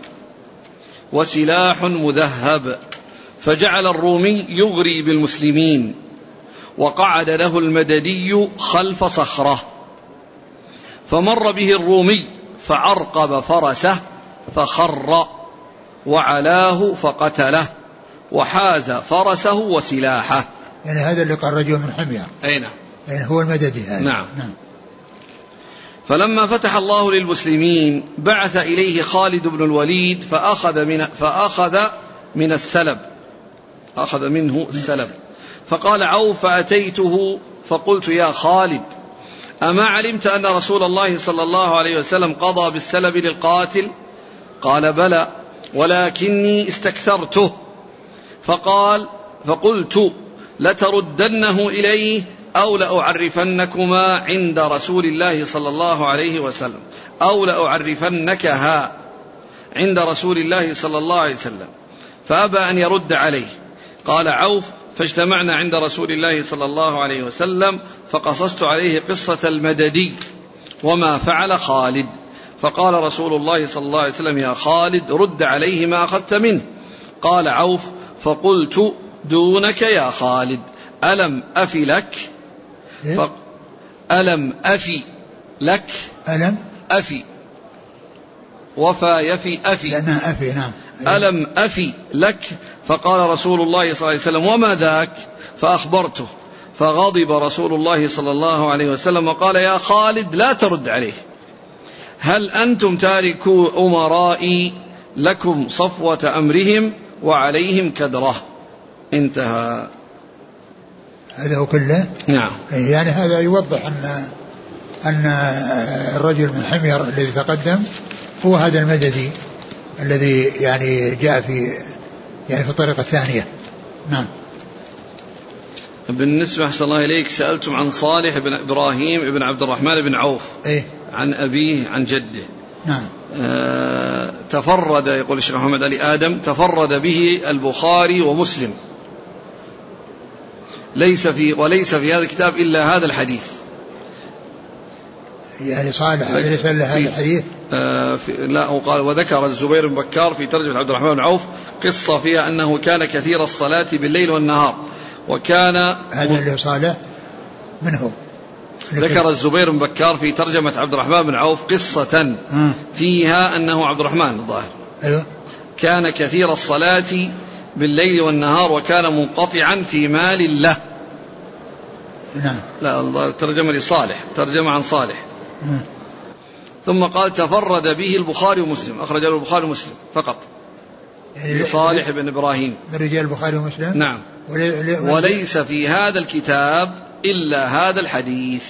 وسلاح مذهب، فجعل الرومي يغري بالمسلمين، وقعد له المددي خلف صخرة، فمر به الرومي فعرقب فرسه فخر وعلاه فقتله وحاز فرسه وسلاحه.
يعني هذا اللي قال رجل من حمير.
أين
يعني هو المددي هذا.
نعم. نعم. فلما فتح الله للمسلمين بعث إليه خالد بن الوليد فأخذ من, فأخذ من السلب أخذ منه السلب. فقال عوف فأتيته فقلت يا خالد أما علمت أن رسول الله صلى الله عليه وسلم قضى بالسلب للقاتل؟ قال بلى ولكني استكثرته. فقال فقلت لتردنه إليه أو لأعرفنكما عند رسول الله صلى الله عليه وسلم أو لأعرفنكها عند رسول الله صلى الله عليه وسلم، فأبى أن يرد عليه. قال عوف فاجتمعنا عند رسول الله صلى الله عليه وسلم فقصصت عليه قصة المددي وما فعل خالد، فقال رسول الله صلى الله عليه وسلم يا خالد رد عليه ما أخذت منه. قال عوف فقلت دونك يا خالد ألم أفي لك؟ ف... ألم أفي لك
ألم
أفي وفى يفي أفي
لأنها أفي. نعم.
ألم أفي لك؟ فقال رسول الله صلى الله عليه وسلم وما ذاك؟ فأخبرته، فغضب رسول الله صلى الله عليه وسلم وقال يا خالد لا ترد عليه، هل أنتم تاركوا أمرائي لكم صفوة أمرهم وعليهم كدره. انتهى.
هذا هو كله.
نعم.
يعني هذا يوضح أن أن الرجل من حمير الذي تقدم هو هذا المددي الذي يعني جاء في يعني في الطريقة الثانية. نعم.
بالنسبة أحسن الله إليك سألتم عن صالح بن إبراهيم بن عبد الرحمن بن عوف.
إيه؟
عن أبيه عن جده.
نعم.
آه تفرد يقول الشيخ محمد علي آدم تفرد به البخاري ومسلم، ليس في وليس في هذا الكتاب إلا هذا الحديث.
يعني صالح ليس إلا هذا الحديث.
آه لا هو قال وذكر الزبير بن بكار في ترجمة عبد الرحمن بن عوف قصة فيها أنه كان كثير الصلاة بالليل والنهار وكان
هذا اللي صالح منه.
ذكر الزبير بن بكار في ترجمة عبد الرحمن بن عوف قصة فيها أنه عبد الرحمن الظاهر
أيوه
كان كثير الصلاة بالليل والنهار وكان منقطعا في مال له.
نعم.
لا ترجمة لصالح ترجمة عن صالح.
م.
ثم قال تفرد به البخاري ومسلم أخرج له البخاري ومسلم فقط يعني لصالح بن إبراهيم
من رجال البخاري ومسلم.
نعم. ولي وليس في هذا الكتاب إلا هذا الحديث.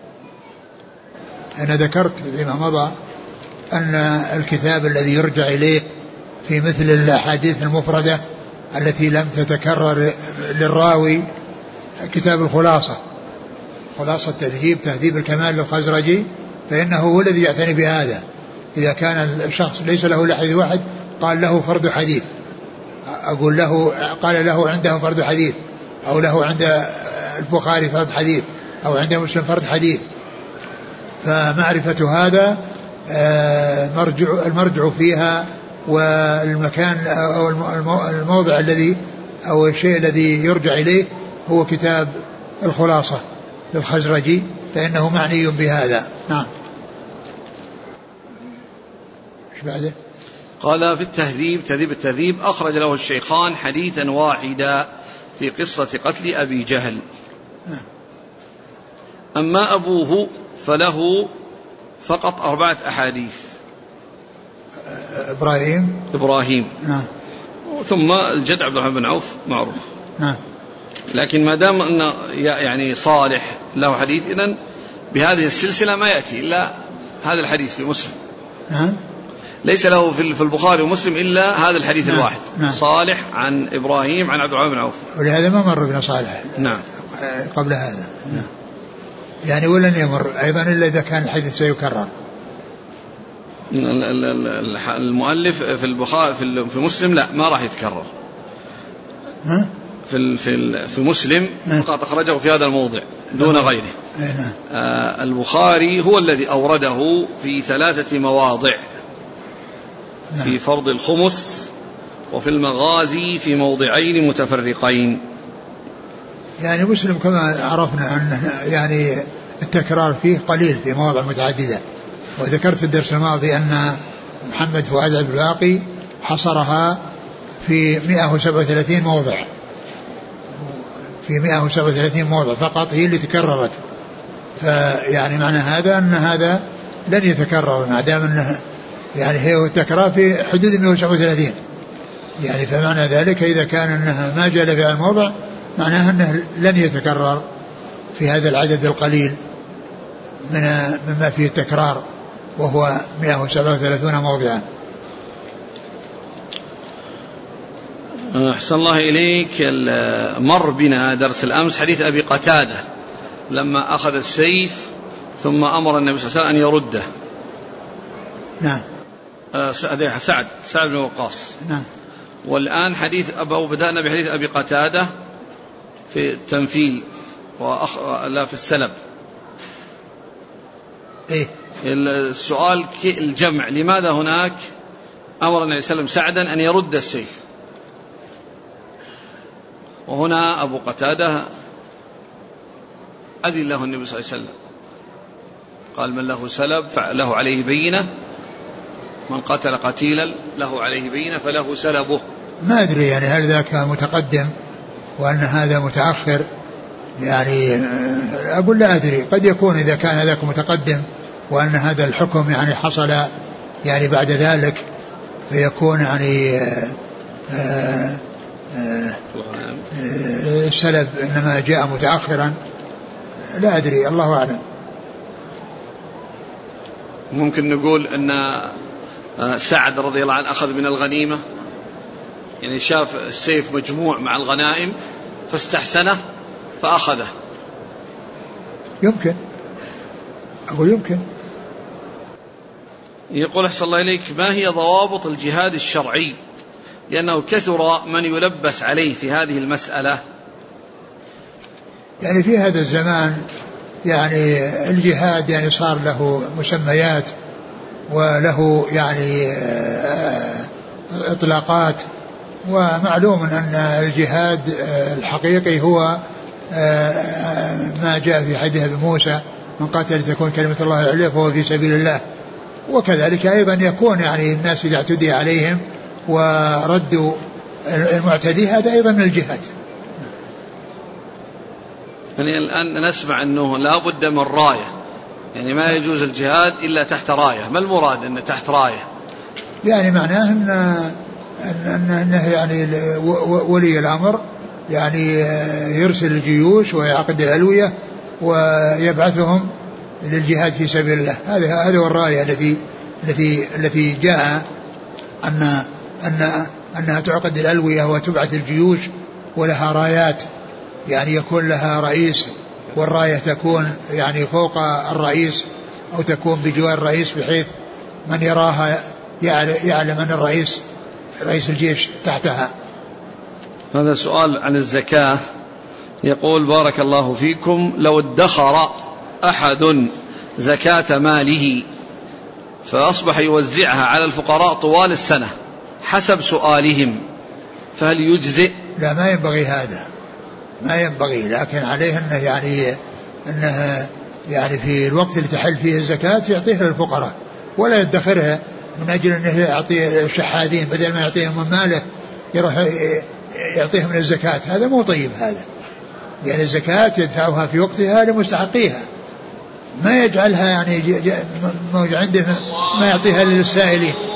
أنا ذكرت فيما مضى أن الكتاب الذي يرجع إليه في مثل الأحاديث المفردة التي لم تتكرر للراوي كتاب الخلاصة، خلاصة تهذيب تهذيب الكمال للخزرجي، فإنه هو الذي يعتني بهذا. إذا كان الشخص ليس له إلا حديث واحد قال له فرد حديث، أقول له قال له عنده فرد حديث، أو له عند البخاري فرد حديث، أو عند مسلم فرد حديث. فمعرفة هذا المرجع المرجع فيها والمكان أو الموضع الذي أو الشيء الذي يرجع إليه هو كتاب الخلاصة للخزرجي، فإنه معني بهذا. نعم. ايش بعده؟
قال في التهذيب تهذيب التهذيب أخرج له الشيخان حديثا واحدا في قصة قتل أبي جهل. أما أبوه فله فقط أربعة أحاديث.
إبراهيم
إبراهيم
نعم.
ثم الجد عبد الرحمن بن عوف معروف.
نعم.
لكن ما دام أن يعني صالح له حديث إذن بهذه السلسلة ما يأتي إلا هذا الحديث في مسلم.
نعم.
ليس له في البخاري ومسلم إلا هذا الحديث نعم. الواحد.
نعم.
صالح عن إبراهيم عن عبد الرحمن بن عوف.
ولهذا ما مر بنا صالح.
نعم.
قبل هذا. نعم. يعني ولن يمر أيضا إلا إذا كان الحديث سيكرر.
المؤلف في البخاري في مسلم لا ما راح يتكرر.
ها؟
في في في مسلم فقط أخرجه في هذا الموضع دون غيره. آه البخاري هو الذي أورده في ثلاثة مواضع، في فرض الخمس وفي المغازي في موضعين متفرقين.
يعني مسلم كما عرفنا أن يعني التكرار فيه قليل في مواضع متعددة، وذكرت في الدرس الماضي أن محمد فؤاد عبد الباقي حصرها في مئة وسبعة وثلاثين موضع، في مئة وسبعة وثلاثين موضع فقط هي اللي تكررت. فيعني معنى هذا أن هذا لن يتكرر ما دام أنه يعني هي التكرار في حدود مئة وسبعة وثلاثين، يعني فمعنى ذلك إذا كان أنها ما جاء في الموضع معناها أنه لن يتكرر في هذا العدد القليل من مما فيه التكرار وهو مئة وسبعة وثلاثين موضعا.
أحسن الله إليك. مر بنا درس الأمس حديث أبي قتادة لما أخذ السيف ثم أمر النبي صلى الله عليه وسلم أن يرده.
نعم.
هذا سعد سعد بن وقاص.
نعم.
والآن حديث أبو بدأنا بحديث أبي قتادة في التنفيل وأخ... لا في السلب.
إيه؟
السؤال الجمع لماذا هناك أمر النبي صلى الله عليه وسلم سعدا أن يرد السيف، وهنا أبو قتادة أذن له النبي صلى الله عليه وسلم قال من له سلب فله عليه بينة، من قتل قتيلا له عليه بينة فله سلبه.
ما أدري يعني هل ذاك متقدم وأن هذا متأخر، يعني أقول لا أدري، قد يكون إذا كان ذاك متقدم وأن هذا الحكم يعني حصل يعني بعد ذلك فيكون يعني آآ آآ السلب إنما جاء متأخرا، لا أدري الله أعلم.
ممكن نقول أن سعد رضي الله عنه أخذ من الغنيمة، يعني شاف السيف مجموع مع الغنائم فاستحسنه فأخذه.
يمكن، أقول يمكن.
يقول أحسن الله إليك ما هي ضوابط الجهاد الشرعي، لأنه كثر من يلبس عليه في هذه المسألة.
يعني في هذا الزمان يعني الجهاد يعني صار له مسميات وله يعني إطلاقات، ومعلوم أن الجهاد الحقيقي هو ما جاء في حديث أبي موسى من قاتل تكون كلمة الله عليه فهو في سبيل الله. وكذلك أيضا يكون يعني الناس إذا اعتدي عليهم وردوا المعتدي هذا أيضا من الجهاد.
يعني الآن نسمع أنه لا بد من راية، يعني ما يجوز الجهاد إلا تحت راية. ما المراد أنه تحت راية؟
يعني معناه أن أنه يعني ولي الأمر يعني يرسل الجيوش ويعقد الألوية ويبعثهم للجهاد في سبيل الله. هذا هذا هو الراية التي التي التي جاء أن أن أنها تعقد الألوية وتبعث الجيوش ولها رايات، يعني يكون لها رئيس والراية تكون يعني فوق الرئيس أو تكون بجوار الرئيس بحيث من يراها يعلم أن الرئيس رئيس الجيش تحتها.
هذا سؤال عن الزكاة. يقول بارك الله فيكم لو ادخر أحد زكاة ماله فأصبح يوزعها على الفقراء طوال السنة حسب سؤالهم فهل يجزئ؟
لا ما ينبغي هذا، ما ينبغي، لكن عليه أنه يعني أنه يعني في الوقت اللي تحل فيه الزكاة يعطيها للفقراء ولا يدخرها من أجل أنه يعطي الشحاذين بدل ما يعطيهم من ماله يروح يعطيهم من الزكاة. هذا مو طيب هذا، يعني الزكاة يدفعها في وقتها لمستحقيها، ما يجعلها يعني موجود عنده ما يعطيها للسائلين.